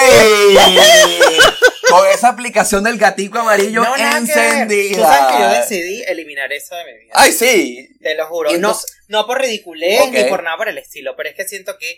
¡Ey! Con esa aplicación del gatico amarillo No, nada que ver. encendida. Tú sabes que yo decidí eliminar eso de mi vida. Ay, sí. Te lo juro. Y No, entonces- no por ridiculez Ok. ni por nada por el estilo, pero es que siento que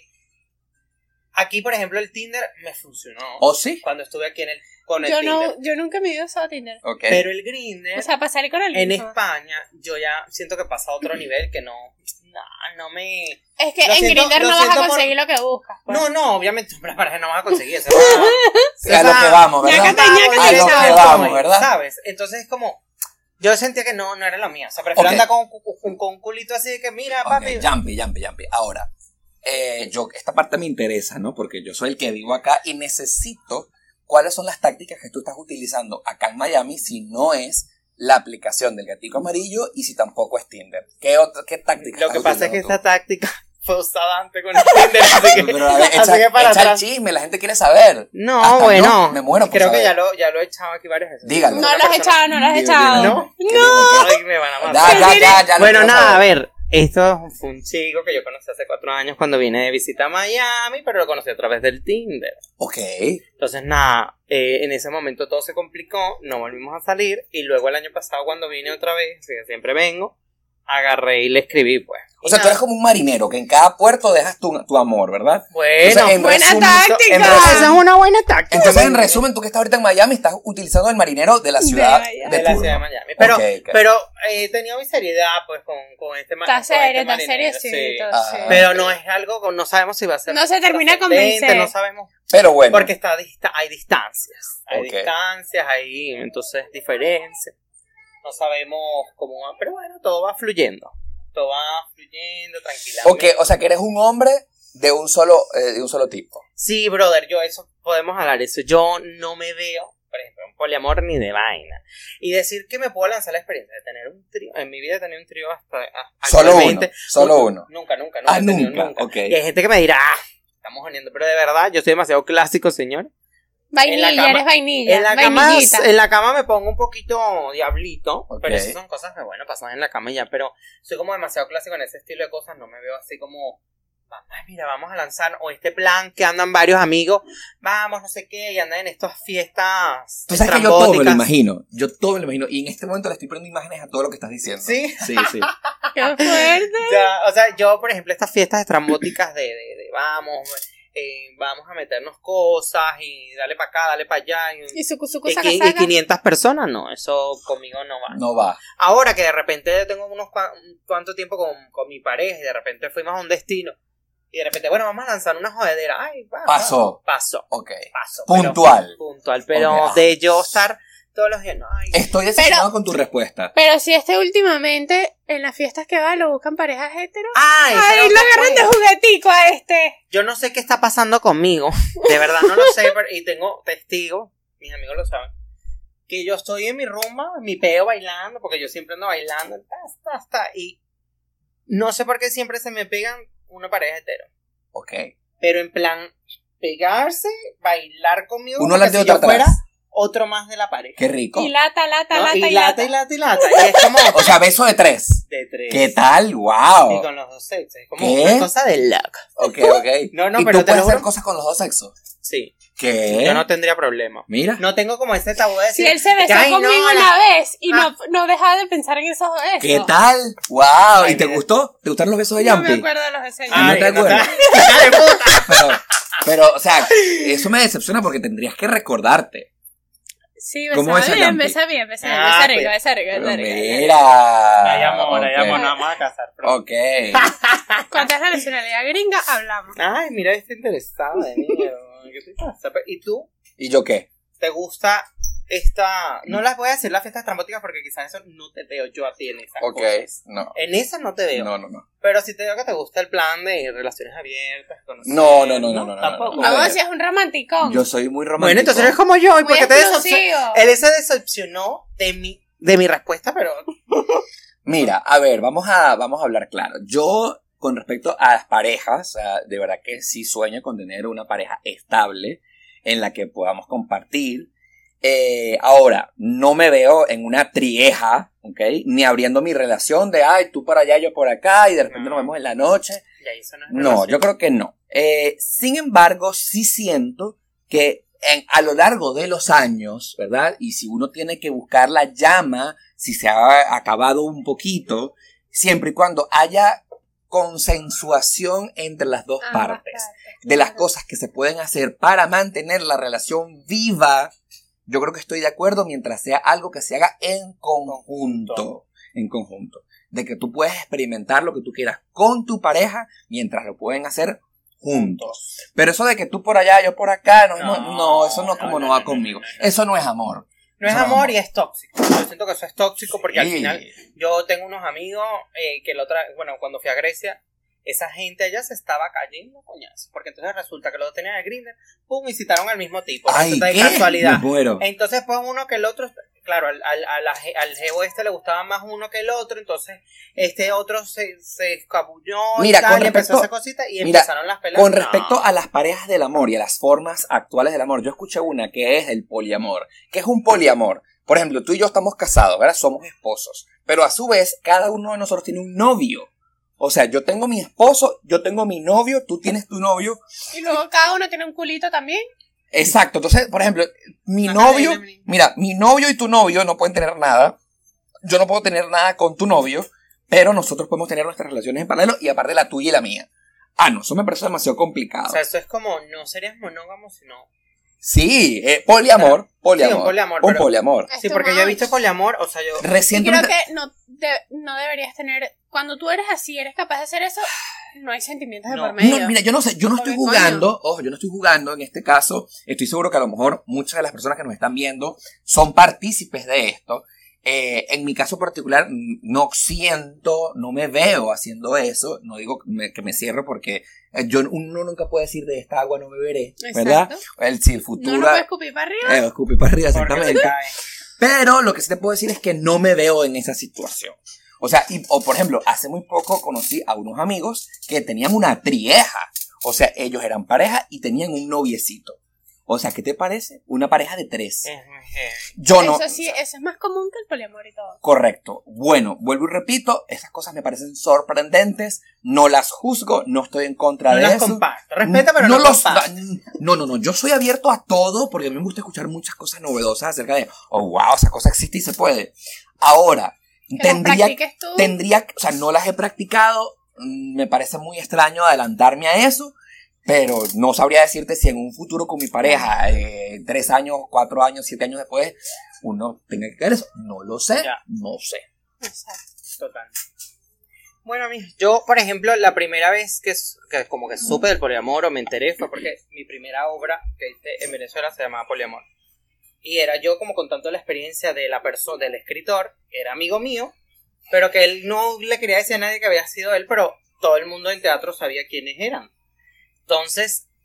aquí, por ejemplo, el Tinder me funcionó ¿O sí? cuando estuve aquí en el, con el Yo Tinder. no, yo nunca me he ido a Tinder. Ok. Pero el Grindr, O sea, para salir con el en mismo. España, yo ya siento que pasa a otro nivel que no, no, no me... Es que Lo en siento- Grindr lo no vas a siento por- conseguir lo que buscas. pues. No, no, obviamente, pero para que no vas a conseguir eso. va- a lo que vamos, ¿verdad? ñácate, ñácate, A lo que chao. vamos, ¿verdad? ¿Sabes? Entonces es como... Yo sentía que no, no era lo mío. O sea, prefiero Ok. andar con, con, con un culito así de que, mira, papi... Ok, jumpy, jumpy, jumpy. Ahora, eh, yo, esta parte me interesa, ¿no? Porque yo soy el que vivo acá y necesito cuáles son las tácticas que tú estás utilizando acá en Miami si no es la aplicación del gatico amarillo y si tampoco es Tinder. ¿Qué otra, qué táctica Lo que estás pasa es que utilizando esta táctica fue usada antes con el Tinder, así que... tú? Pero a ver, así echa, que para echa el atrás. chisme, la gente quiere saber. No, Hasta bueno. yo me muero por Creo que saber. ya lo, ya lo he echado aquí varias veces. Dígalo. No Una lo has persona- echado, no lo has Dime, echado. dime, ¿No? ¿qué dime, Ay, me van a qué? matar. Ya, ya, ya, ya. lo Bueno, quiero nada, a saber. ver, esto fue un chico que yo conocí hace cuatro años cuando vine de visita a Miami, pero lo conocí a través del Tinder. Ok. Entonces, nada, eh, en ese momento todo se complicó, no volvimos a salir, y luego el año pasado cuando vine otra vez, que siempre vengo, agarré y le escribí, pues. O sea, tú eres como un marinero que en cada puerto dejas tu, tu amor, ¿verdad? Bueno, Entonces, en buena resumen- táctica. en esa resumen- es una buena táctica. Entonces, en resumen, tú que estás ahorita en Miami, estás utilizando el marinero de la ciudad Miami. de, de la turno. ciudad de Miami. Pero, Ok, ok. pero eh, he tenido mi seriedad, pues, con, con este ma- Está con este serio, está marinero, serio, sí. sí. todo, Ah. sí. Pero no es algo, con- no sabemos si va a ser. No se termina de trascendente, convencer. No sabemos. Pero bueno, Porque está dista- hay distancias. Hay Ok. distancias, hay entonces diferencias. No sabemos cómo va, pero bueno, todo va fluyendo. Todo va fluyendo tranquilamente. ok, o sea que eres un hombre de un solo, eh, de un solo tipo. Sí, brother, yo eso, podemos hablar de eso. Yo no me veo, por ejemplo, en poliamor ni de vaina. Y decir que me puedo lanzar la experiencia de tener un trío. En mi vida he tenido un trío hasta. a- Solo uno, actualmente. solo Nunca, uno. Nunca, nunca, nunca. Ah, he tenido, nunca, ok. Y hay gente que me dirá, ah, estamos jodiendo. Pero de verdad, yo soy demasiado clásico, señor. Vainilla, en la cama- eres vainilla. En la, cama, vainillita. en la cama me pongo un poquito diablito, Ok. pero esas son cosas que, bueno, pasan en la cama y ya, pero soy como demasiado clásico en ese estilo de cosas, no me veo así como, ay, mira, vamos a lanzar, o este plan que andan varios amigos, vamos, no sé qué, y andan en estas fiestas Tú sabes que yo todo me lo estrambóticas. imagino. Yo todo me lo imagino. Y en este momento le estoy poniendo imágenes a todo lo que estás diciendo. Sí, Sí, sí. Qué fuerte. ya, o sea, yo, por ejemplo, estas fiestas estrambóticas de, de, de vamos, eh, vamos a meternos cosas, y dale para acá, dale para allá, y, Y su suku y, saca qui- y saca. quinientas personas, no, eso conmigo no va. No va. Ahora que de repente tengo unos cua- cuánto tiempo con, con mi pareja y de repente fuimos a un destino y de repente, bueno, vamos a lanzar una jodedera. Ay, va, va. Pasó. Pasó. Ok. Pasó. Puntual. Pero, puntual. Pero Ok. de yo estar todos los días, no, ay, Estoy decepcionado con tu respuesta. Pero si este últimamente, en las fiestas que va, lo buscan parejas heteros. ay, ese Ay, era lo otro agarran de cuento. juguetico a este. Yo no sé qué está pasando conmigo. De verdad, no lo sé. Pero, y tengo testigos, mis amigos lo saben. que yo estoy en mi rumba, en mi peo bailando, porque yo siempre ando bailando, ta, ta, ta, y no sé por qué siempre se me pegan una pareja hetero. Ok. Pero en plan, pegarse, bailar conmigo, Uno como la que de si yo otra fuera atrás. otro más de la pareja. Qué rico. Y lata, lata, ¿No? lata, y y lata, lata. y lata, y lata. Y es como O sea, beso de tres. de tres. ¿Qué tal? Y ¡Wow! con los dos sexos. Es como ¿Qué? una cosa de loco. Ok, ok. No, no, ¿Y pero tú te puedes lo hacer juro. cosas con los dos sexos? Sí. ¿Qué? Yo no tendría problema. Mira. No tengo como ese tabú de decir. Si él se besó "Ay, no, conmigo la- una vez y Ah. no, no dejaba de pensar en esos besos. ¿Qué tal? ¡Wow! Ay, ¿Y te mira. gustó? ¿Te gustaron los besos de No me Yampi? acuerdo de los besos. Ah, no Ay, te no acuerdas. ¡Hija de puta! Pero, pero, o sea, eso me decepciona porque tendrías que recordarte. Sí, ¿Cómo besaba besa bien, Yampi? besaba bien, besaba bien. Ah, Besa rico, pues. besa rico, besa Pero rico. mira. Ay, amor, ay, Ok. amor, nos vamos a casar pronto. Ok. Cuando es la nacionalidad gringa, hablamos. Ay, mira, está interesada de mí. ¿Qué te pasa? ¿Y tú? ¿Y yo qué? ¿Te gusta esta...? No las voy a decir las fiestas trambóticas porque quizás eso no te veo yo a ti en esas Ok. cosas. No. En esas no te veo. No, no, no. Pero sí te veo que te gusta el plan de relaciones abiertas. conocer, No, no, no, no, no, no, Tampoco. no, No, A ver. si es un romanticón. Yo soy muy romántico. Bueno, entonces eres como yo. ¿Y por Muy qué te decepcionó? explosivo. Él se decepcionó de mi, de mi respuesta, pero... Mira, a ver, vamos a, vamos a hablar claro. Yo, con respecto a las parejas, o sea, de verdad que sí sueño con tener una pareja estable en la que podamos compartir. Eh, ahora, no me veo en una trieja, ¿ok? Ni abriendo mi relación de, ay, tú por allá, yo por acá, y de repente No. nos vemos en la noche. Ya, eso no es No, relación. yo creo que no. Eh, sin embargo, sí siento que en, a lo largo de los años, ¿verdad? Y si uno tiene que buscar la llama, si se ha acabado un poquito, siempre y cuando haya consensuación entre las dos Ambas partes, de las cosas que se pueden hacer para mantener la relación viva, yo creo que estoy de acuerdo mientras sea algo que se haga en conjunto, en conjunto, de que tú puedes experimentar lo que tú quieras con tu pareja mientras lo pueden hacer juntos. Pero eso de que tú por allá, yo por acá, no, no, No, no eso no, no, como no, no, va no, conmigo. no, no, no. Eso no es amor. No es Eso amor y es tóxico. Yo siento que eso es tóxico porque al Sí. final yo tengo unos amigos eh, que la otra, bueno, cuando fui a Grecia, esa gente allá se estaba cayendo coñazo. Porque entonces resulta que los dos tenían el Grindr, pum, y citaron al mismo tipo. Ay, Resulta de ¿qué? casualidad. Me muero. Entonces pues uno que el otro, claro, al, al, al, al geo este le gustaba más uno que el otro, entonces este otro se, se escabulló Mira, y tal, con y empezó respecto- a hacer cositas y mira, empezaron las peleas. Con No. respecto a las parejas del amor y a las formas actuales del amor, yo escuché una que es el poliamor. ¿Qué es un poliamor? Por ejemplo, tú y yo estamos casados, ¿verdad? Somos esposos. Pero a su vez, cada uno de nosotros tiene un novio. O sea, yo tengo mi esposo, yo tengo mi novio, tú tienes tu novio. Y luego cada uno tiene un culito también. Exacto. Entonces, por ejemplo, mi Ajá, novio, dime, dime. mira, mi novio y tu novio no pueden tener nada. Yo no puedo tener nada con tu novio, pero nosotros podemos tener nuestras relaciones en paralelo y aparte la tuya y la mía. Ah, no, eso me parece demasiado complicado. O sea, eso es como, no serías monógamo, sino... Sí, eh, poliamor, poliamor. Sí, un poliamor, Un pero- poliamor. Es Sí, too porque yo he much. visto poliamor, o sea, yo... Y creo Recientemente... que no, de- no deberías tener. Cuando tú eres así, eres capaz de hacer eso, no hay sentimientos de No. por medio. No, mira, yo no sé, yo no estoy Porque, jugando, ojo, yo no estoy jugando en este caso, estoy seguro que a lo mejor muchas de las personas que nos están viendo son partícipes de esto. Eh, en mi caso particular, n- no siento, no me veo haciendo eso, no digo que me, que me cierro porque eh, yo, uno nunca puede decir de esta agua no beberé, ¿verdad? Exacto. El, si el No futuro... lo puedes escupir para arriba. eh, escupir para arriba, porque exactamente. se cae. Pero lo que sí te puedo decir es que no me veo en esa situación. O sea, y, o por ejemplo, hace muy poco conocí a unos amigos que tenían una trieja. O sea, ellos eran pareja y tenían un noviecito. O sea, ¿qué te parece? Una pareja de tres. Es muy heavy. Yo no. Eso sí, eso es más común que el poliamor y todo. Correcto. Bueno, vuelvo y repito, esas cosas me parecen sorprendentes. No las juzgo, no estoy en contra No de las eso. comparto. Respeta, pero no, los, comparto. no, no, no, yo soy abierto a todo porque a mí me gusta escuchar muchas cosas novedosas acerca de, oh, wow, esa cosa existe y se puede. Ahora, Que las tendría, practiques tú. tendría, o sea, no las he practicado, mm, me parece muy extraño adelantarme a eso, pero no sabría decirte si en un futuro con mi pareja, eh, tres años, cuatro años, siete años después, uno tenga que caer eso. No lo sé, Ya. no sé. Exacto. Total. Bueno, amigos, yo, por ejemplo, la primera vez que, s- que como que supe del poliamor o me enteré fue porque mi primera obra que hice en Venezuela se llamaba Poliamor. Y era yo como contando la experiencia de la persona, del escritor, que era amigo mío, pero que él no le quería decir a nadie que había sido él, pero todo el mundo en teatro sabía quiénes eran. Entonces,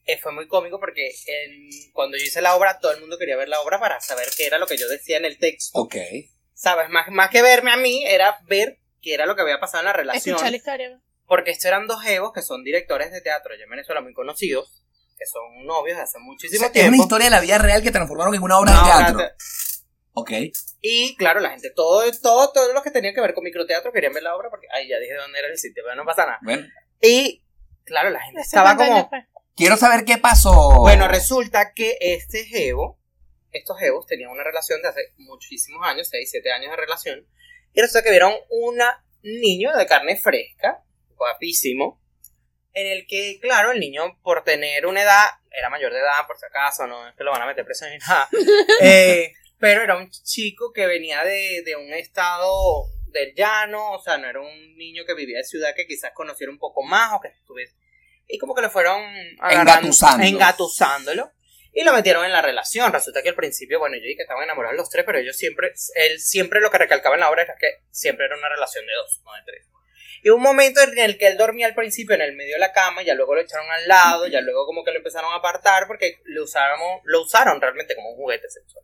eh, fue muy cómico porque en, cuando yo hice la obra, todo el mundo quería ver la obra para saber qué era lo que yo decía en el texto. Ok. ¿Sabes? Más, más que verme a mí, era ver qué era lo que había pasado en la relación. Escuchar la historia. Porque estos eran dos evos que son directores de teatro allá en Venezuela muy conocidos, que son novios de hace muchísimo O sea, tiempo. es una historia de la vida real que transformaron en una obra Una de obra teatro. de- Ok. Y claro, la gente, todo, todo, todo lo que tenía que ver con microteatro querían ver la obra porque, ay, ya dije dónde era el sitio, pero no pasa nada. Bueno, Y claro, la gente Ese estaba cuento como... después. quiero saber qué pasó. Bueno, resulta que este jevo, estos jevos tenían una relación de hace muchísimos años, seis, siete años de relación, y resulta que vieron un niño de carne fresca, guapísimo, en el que, claro, el niño por tener una edad, era mayor de edad, por si acaso, no es que lo van a meter preso ni nada, eh, pero era un chico que venía de, de un estado del llano, o sea, no era un niño que vivía de ciudad que quizás conociera un poco más o que estuviese... Y como que lo fueron agarrando, Engatusando. engatusándolo. Y lo metieron en la relación. Resulta que al principio, bueno, yo dije que estaban enamorados los tres, pero ellos siempre, él siempre lo que recalcaba en la obra era que siempre era una relación de dos, no de tres. Y hubo un momento en el que él dormía al principio en el medio de la cama, ya luego lo echaron al lado, ya luego como que lo empezaron a apartar porque lo usaron, lo usaron realmente como un juguete sexual.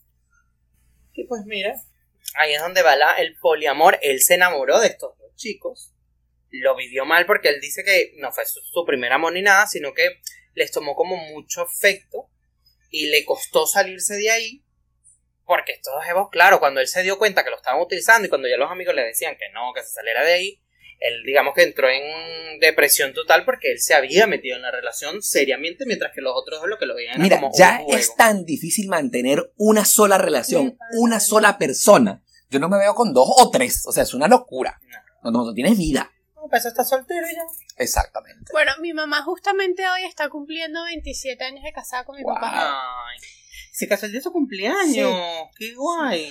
Y pues mira, ahí es donde va la, el poliamor. Él se enamoró de estos dos chicos, lo vivió mal porque él dice que no fue su, su primer amor ni nada, sino que les tomó como mucho afecto y le costó salirse de ahí. Porque estos jevos, claro, cuando él se dio cuenta que lo estaban utilizando y cuando ya los amigos le decían que no, que se saliera de ahí, él digamos que entró en depresión total porque él se había metido en la relación seriamente, mientras que los otros dos lo que lo veían era Mira, como ya un juego. es tan difícil mantener una sola relación, Me pasa. una sola persona. Yo no me veo con dos o tres. O sea, es una locura. No, no, no tienes vida. No, pues está soltero y ya. Exactamente. Bueno, mi mamá justamente hoy está cumpliendo veintisiete años de casada con mi Wow. papá. Ay, se casó el día de su cumpleaños. Qué guay.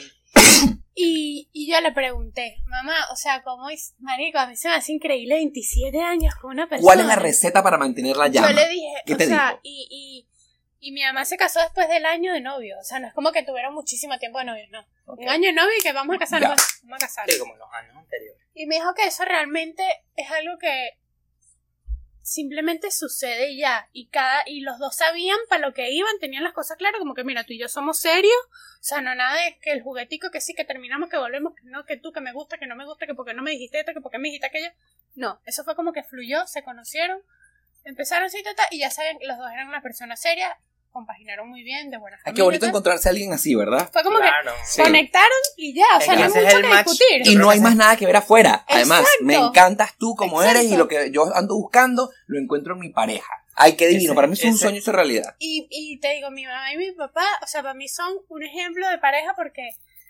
Y, y yo le pregunté, mamá, o sea, ¿cómo es? Marico, a mí se me hace increíble veintisiete años con una persona. ¿Cuál es la receta para mantener la llama? Yo le dije, ¿Qué o te sea, dijo? y, y, y mi mamá se casó después del año de novio. O sea, no es como que tuvieron muchísimo tiempo de novio, no. Ok. Un año de novio y que vamos a casarnos, Ya. pues, vamos a casarnos. Sí, como en los años anteriores. Y me dijo que eso realmente es algo que simplemente sucede y ya. Y cada, y los dos sabían para lo que iban, tenían las cosas claras, como que mira, tú y yo somos serios. O sea, no nada de que el juguetico que sí, que terminamos, que volvemos, que no, que tú, que me gusta, que no me gusta, que porque no me dijiste esto, que porque me dijiste aquello. No, eso fue como que fluyó, se conocieron, empezaron así, tata, y ya saben que los dos eran una persona seria, compaginaron muy bien, de buena Ay, familia. qué bonito tal. encontrarse a alguien así, ¿verdad? Fue como Claro. que Sí. conectaron y ya, o Es sea, que no hay ese es mucho el que match. discutir. Y creo no que hay ese- más nada que ver afuera. Además, Exacto. me encantas tú como Exacto. eres y lo que yo ando buscando lo encuentro en mi pareja. Ay, qué divino. Ese- Para mí es un ese- sueño hecho realidad. Y, y te digo, mi mamá y mi papá, o sea, para mí son un ejemplo de pareja porque,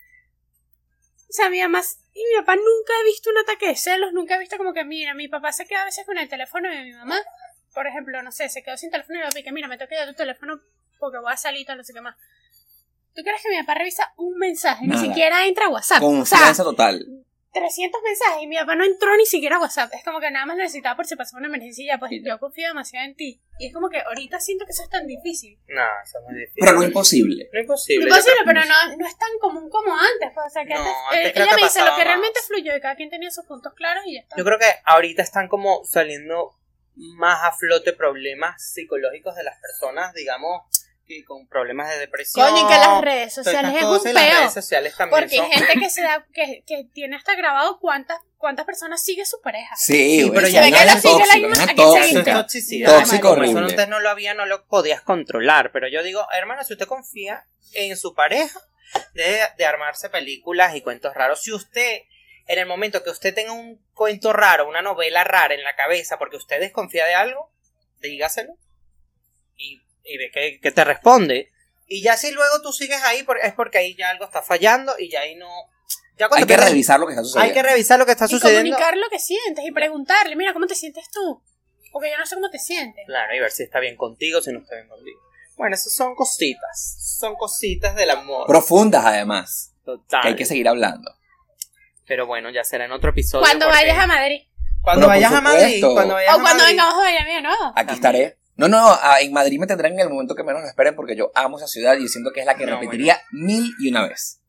o sea, mi mamá y mi papá nunca he visto un ataque de celos, nunca he visto como que, mira, mi papá se queda a veces con el teléfono de mi mamá, por ejemplo, no sé, se quedó sin teléfono y mi papá y que, mira, me tengo que dar tu teléfono porque voy a salir y tal, no sé qué más. ¿Tú crees que mi papá revisa un mensaje? Nada. Ni siquiera entra a WhatsApp. O Confianza sea, total. trescientos mensajes y mi papá no entró ni siquiera a WhatsApp. Es como que nada más lo necesitaba por si pasaba una emergencia y ya, pues yo confío demasiado en ti. Y es como que ahorita siento que eso es tan difícil. No, eso es muy difícil. Pero no imposible. No es imposible. No es posible, yo creo- pero no, no es tan común como antes. Pues, o sea, que No, antes, antes eh, creo ella que me dice lo pasaba que más. realmente fluyó y cada quien tenía sus puntos claros y ya está. Yo creo que ahorita están como saliendo más a flote problemas psicológicos de las personas, digamos, que con problemas de depresión. Coño, y que las redes todas sociales estas es cosas, un y las peo. redes sociales también Porque son... hay gente que se da, que, que tiene hasta grabado cuántas, cuántas personas sigue su pareja. Sí, Sí, pero es ya una ve que vaina la sigue tóxica, la una misma- Eso es tóxica. toxicidad. Tóxico, Como eso horrible. antes no lo había, no lo podías controlar. Pero yo digo, hermano, si usted confía en su pareja, debe de armarse películas y cuentos raros. Si usted, en el momento que usted tenga un cuento raro, una novela rara en la cabeza, porque usted desconfía de algo, dígaselo y, y ve que, que te responde. Y ya si luego tú sigues ahí, por- es porque ahí ya algo está fallando y ya ahí no... Ya cuando Hay que pierdes- revisar lo que está sucediendo. Hay que revisar lo que está Y sucediendo. comunicar lo que sientes y preguntarle, mira, ¿cómo te sientes tú? Porque yo no sé cómo te sientes. Claro, y ver si está bien contigo, si no está bien contigo. Bueno, esas son cositas. Son cositas del amor. Profundas, además. Total. Que hay que seguir hablando. Pero bueno, ya será en otro episodio. Cuando porque- vayas a Madrid. Cuando Bueno, por vayas a Madrid. supuesto. Cuando vayas O a cuando Madrid. vengamos a Miami de nuevo. Aquí También. estaré. No, no, ah, en Madrid me tendrán en el momento que menos lo esperen porque yo amo esa ciudad y siento que es la que No, repetiría mil y una vez.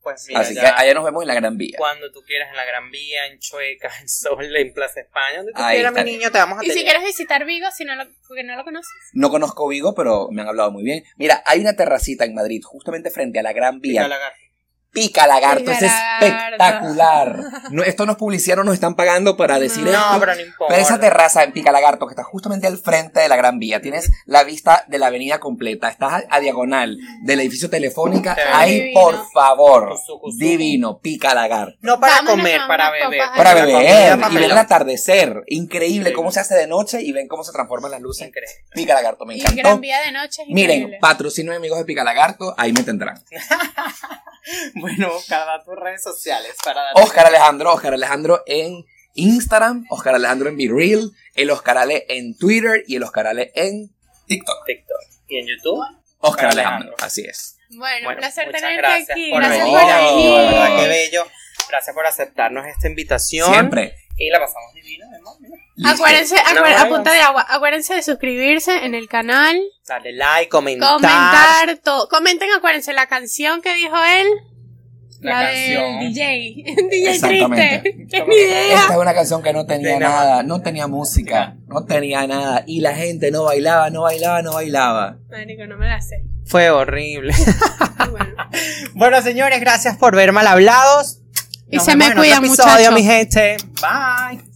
pues mira, Así ya, que allá nos vemos en la Gran Vía. cuando tú quieras, en la Gran Vía, en Chueca, en Sol, en Plaza España, donde tú Ahí quieras, mi está. niño, te vamos a Y si tener. quieres visitar Vigo, si no lo, porque no lo conoces. No conozco Vigo, pero me han hablado muy bien. Mira, hay una terracita en Madrid, justamente frente a la Gran Vía. Pica lagarto. Pica Lagarto, es Pica Lagarto. espectacular. No, esto no es publicidad, no nos están pagando para decir No, esto. No, pero no importa. Pero esa terraza en Pica Lagarto, que está justamente al frente de la Gran Vía, tienes la vista de la avenida completa, estás a, a diagonal del edificio Telefónica, Qué ahí divino. por favor, Cusu, cusu. divino, Pica Lagarto. No para Vámonos comer, a para unas beber. copas. Para La comida, beber y Pamela. ver el atardecer, increíble Increíble. cómo se hace de noche y ven cómo se transforman las luces. Increíble. Pica Lagarto, me Y encantó. Gran Vía de noche es Miren, increíble. patrocino de amigos de Pica Lagarto, ahí me tendrán. Bueno, Oscar, da tus redes sociales para dar. Oscar Alejandro, Oscar Alejandro en Instagram, Oscar Alejandro en Be Real, el Oscar Ale en Twitter y el Oscar Ale en TikTok. TikTok. Y en YouTube. Oscar Alejandro. Alejandro, así es. Bueno, Bueno, un placer muchas tenerte gracias aquí. por Gracias venir. por De venir. verdad, qué bello. Gracias por aceptarnos esta invitación. Siempre. Y la pasamos divina, mi amor. Mira. Listo. Acuérdense, No, acuérdense, a no, punta de agua, acuérdense de suscribirse en el canal, Dale like, comentar. comentar todo. Comenten, acuérdense, la canción que dijo él. La La, canción. del D J. D J Exactamente. triste. Que es mi idea. Esta es una canción que no tenía De nada. nada, no tenía música, no tenía nada. Y la gente no bailaba, no bailaba, no bailaba. Marico, no me la sé. Fue horrible. Muy bueno. Bueno, señores, gracias por ver Mal Hablados. Y Nos se vemos me en otro cuidan, episodio, muchachos. mi gente. Bye.